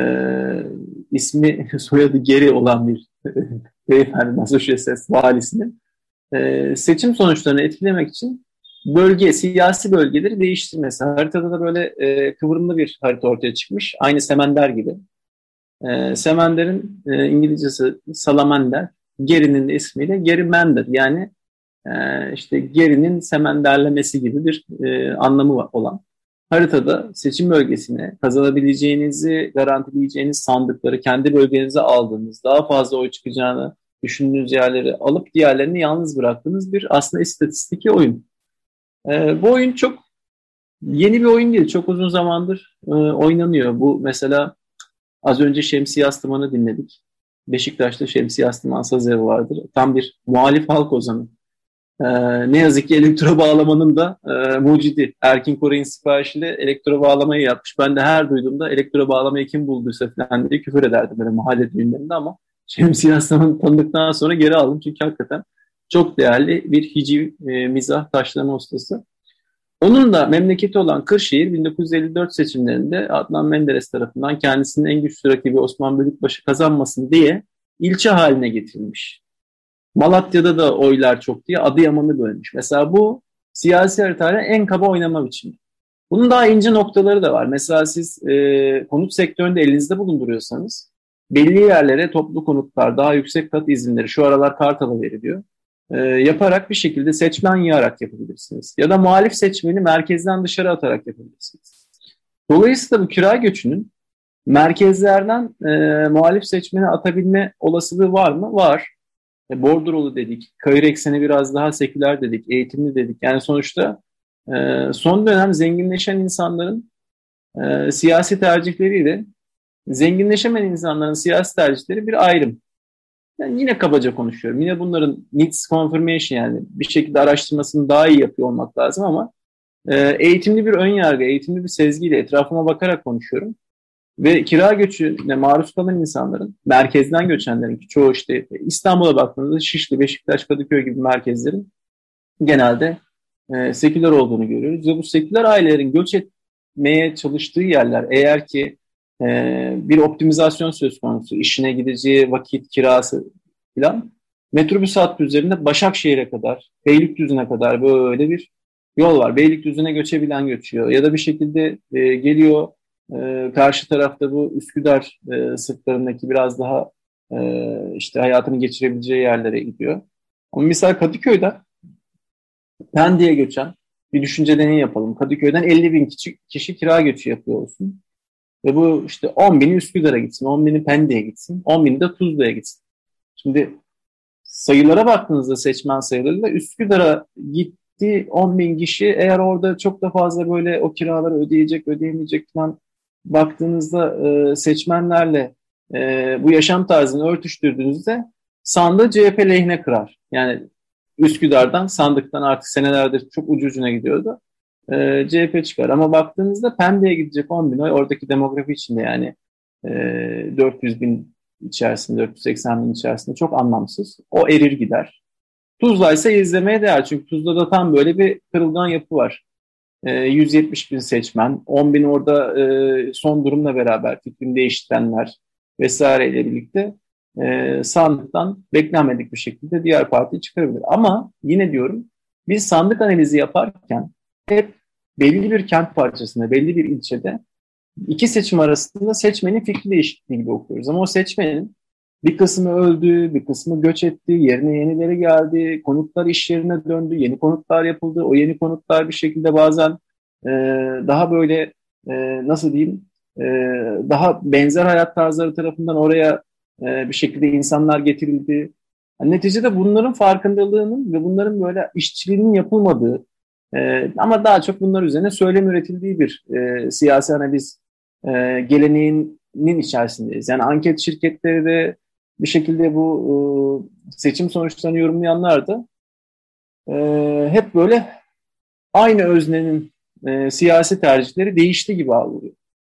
ismi soyadı Geri olan bir beyefendi Massachusetts valisinin e, seçim sonuçlarını etkilemek için bölge, siyasi bölgeleri değiştirmesi. Haritada da böyle e, kıvrımlı bir harita ortaya çıkmış. Aynı semender gibi. E, semenderin e, İngilizcesi salamander, Geri'nin de ismiyle gerrymander. Yani e, işte Geri'nin semenderlemesi gibi bir e, anlamı olan. Haritada seçim bölgesine kazanabileceğinizi garantileyeceğiniz sandıkları kendi bölgenize aldığınız, daha fazla oy çıkacağını düşündüğünüz yerleri alıp diğerlerini yalnız bıraktığınız bir aslında istatistiki oyun. Ee, bu oyun çok yeni bir oyun değil. Çok uzun zamandır e, oynanıyor. Bu mesela az önce Şemsiye Astıman'ı dinledik. Beşiktaş'ta Şemsiye Astıman sazı vardır. Tam bir muhalif halk ozanı. Ee, ne yazık ki elektro bağlamanın da e, mucidi. Erkin Koray'ın siparişiyle elektro bağlamayı yapmış. Ben de her duyduğumda elektro bağlamayı kim bulduysa falan diye küfür ederdim böyle mahalle düğünlerinde ama Şemsiye Aslan'ı tanıdıktan sonra geri aldım. Çünkü hakikaten çok değerli bir hiciv, e, mizah taşlama ustası. Onun da memleketi olan Kırşehir bin dokuz yüz elli dört seçimlerinde Adnan Menderes tarafından kendisinin en güçlü rakibi Osman Bölükbaşı kazanmasın diye ilçe haline getirilmiş. Malatya'da da oylar çok diye Adıyaman'ı bölmüş. Mesela bu siyasi haritayla en kaba oynama biçimi. Bunun daha ince noktaları da var. Mesela siz e, konut sektöründe elinizde bulunduruyorsanız belli yerlere toplu konutlar, daha yüksek kat izinleri, şu aralar Kartal'a veriliyor, e, yaparak bir şekilde seçmen yığarak yapabilirsiniz. Ya da muhalif seçmeni merkezden dışarı atarak yapabilirsiniz. Dolayısıyla bu kira göçünün merkezlerden e, muhalif seçmeni atabilme olasılığı var mı? Var. E, bordrolu dedik, kayır ekseni biraz daha seküler dedik, eğitimli dedik. Yani sonuçta e, son dönem zenginleşen insanların e, siyasi tercihleriyle zenginleşemeyen insanların siyasi tercihleri bir ayrım. Yani yine kabaca konuşuyorum. Yine bunların needs confirmation, yani bir şekilde araştırmasını daha iyi yapıyor olmak lazım ama e, eğitimli bir önyargı, eğitimli bir sezgiyle etrafıma bakarak konuşuyorum. Ve kira göçüne maruz kalan insanların, merkezden göçenlerin ki çoğu işte İstanbul'a baktığınızda Şişli, Beşiktaş, Kadıköy gibi merkezlerin genelde e, seküler olduğunu görüyoruz. Ve bu seküler ailelerin göç etmeye çalıştığı yerler, eğer ki e, bir optimizasyon söz konusu, işine gideceği vakit, kirası falan, metrobüs hattı üzerinde Başakşehir'e kadar, Beylikdüzü'ne kadar böyle bir yol var. Beylikdüzü'ne göçebilen göçüyor ya da bir şekilde e, geliyor. Ee, karşı tarafta bu Üsküdar e, sırtlarındaki biraz daha e, işte hayatını geçirebileceği yerlere gidiyor. Ama mesela Kadıköy'den Pendik'e göçen bir düşünce deneyi yapalım. Kadıköy'den elli bin kişi, kişi kira göçü yapıyor olsun. Ve bu işte on bini Üsküdar'a gitsin, on bini Pendik'e gitsin, on bini de Tuzla'ya gitsin. Şimdi sayılara baktığınızda, seçmen sayılarıyla Üsküdar'a gitti on bin kişi, eğer orada çok da fazla böyle o kiraları ödeyecek, ödeyemeyecek falan baktığınızda e, seçmenlerle e, bu yaşam tarzını örtüştürdüğünüzde sandığı C H P lehine kırar. Yani Üsküdar'dan, sandıktan artık senelerdir çok ucu ucuna gidiyordu. E, C H P çıkar. Ama baktığınızda Pendik'e gidecek on bin oy oradaki demografi içinde, yani e, dört yüz bin içerisinde, dört yüz seksen bin içerisinde çok anlamsız. O erir gider. Tuzla ise izlemeye değer. Çünkü Tuzla'da tam böyle bir kırılgan yapı var. yüz yetmiş bin seçmen, on bin orada e, son durumla beraber fikrini değiştirenler vesaireyle birlikte e, sandıktan beklenmedik bir şekilde diğer partiyi çıkarabilir. Ama yine diyorum, biz sandık analizi yaparken hep belli bir kent parçasında, belli bir ilçede iki seçim arasında seçmenin fikri değişikliği gibi okuyoruz. Ama o seçmenin bir kısmı öldü, bir kısmı göç etti, yerine yenileri geldi, konutlar iş yerine döndü, yeni konutlar yapıldı. O yeni konutlar bir şekilde bazen e, daha böyle e, nasıl diyeyim, e, daha benzer hayat tarzları tarafından oraya e, bir şekilde insanlar getirildi. Yani neticede bunların farkındalığının ve bunların böyle işçiliğinin yapılmadığı e, ama daha çok bunlar üzerine söylem üretildiği bir e, siyasi analiz e, geleneğinin içerisindeyiz. Yani anket şirketleri de bir şekilde bu e, seçim sonuçlarını yorumlayanlar da e, hep böyle aynı öznenin e, siyasi tercihleri değişti gibi algılıyor.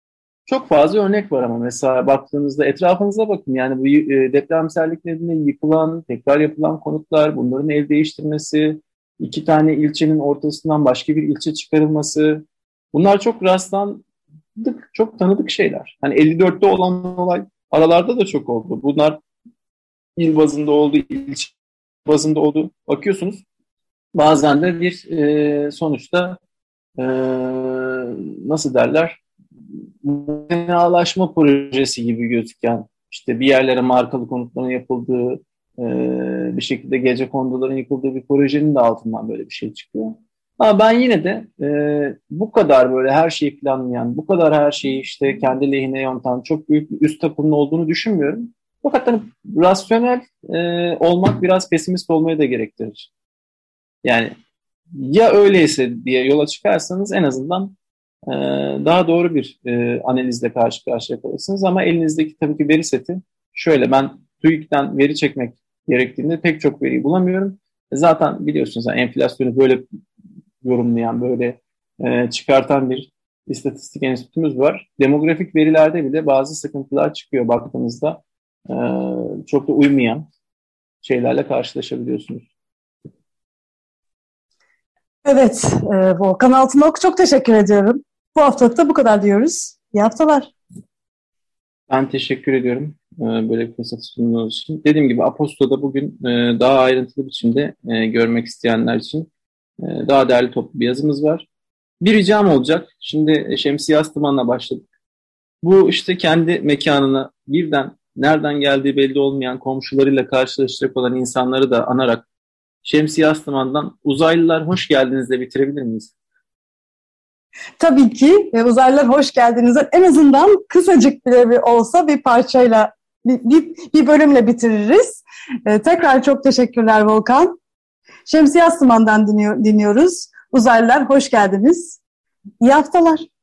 Çok fazla örnek var ama mesela baktığınızda etrafınıza bakın. Yani bu e, depremsellik nedeniyle yıkılan, tekrar yapılan konutlar, bunların el değiştirmesi, iki tane ilçenin ortasından başka bir ilçe çıkarılması, bunlar çok rastlandık, çok tanıdık şeyler. Hani elli dörtte olan olay aralarda da çok oldu. Bunlar il bazında oldu, ilçe bazında oldu. Bakıyorsunuz bazen de bir e, sonuçta e, nasıl derler, muhtenalaşma projesi gibi gözüken, işte bir yerlere markalı konutların yapıldığı, e, bir şekilde gecekonduların yıkıldığı bir projenin de altından böyle bir şey çıkıyor. Ama ben yine de e, bu kadar böyle her şeyi planlayan, bu kadar her şeyi işte kendi lehine yontan çok büyük bir üst yapının olduğunu düşünmüyorum. Fakat hani rasyonel e, olmak biraz pesimist olmayı da gerektirir. Yani ya öyleyse diye yola çıkarsanız en azından e, daha doğru bir e, analizle karşı karşıya kalırsınız. Ama elinizdeki tabii ki veri seti şöyle, ben TÜİK'ten veri çekmek gerektiğinde pek çok veriyi bulamıyorum. Zaten biliyorsunuz yani enflasyonu böyle yorumlayan, böyle e, çıkartan bir istatistik enstitümüz var. Demografik verilerde bile bazı sıkıntılar çıkıyor baktığınızda. e, çok da uymayan şeylerle karşılaşabiliyorsunuz. Evet, e, Volkan Altınok, çok teşekkür ediyorum. Bu haftalık da bu kadar diyoruz. İyi haftalar. Ben teşekkür ediyorum e, böyle bir fırsat sunduğunuz için. Dediğim gibi Aposto'da bugün e, daha ayrıntılı biçimde e, görmek isteyenler için e, daha değerli toplu bir yazımız var. Bir ricam olacak. Şimdi Şemsiye Astıman'la başladık. Bu işte kendi mekanına birden nereden geldiği belli olmayan komşularıyla karşılaşacak olan insanları da anarak Şemsiye Astıman'dan uzaylılar hoş geldinizle bitirebilir miyiz? Tabii ki e, uzaylılar hoş geldiniz. En azından kısacık bile bir olsa bir parçayla, bir, bir, bir bölümle bitiririz. E, tekrar çok teşekkürler Volkan. Şemsiye Astıman'dan dinliyor, dinliyoruz. Uzaylılar hoş geldiniz. İyi haftalar.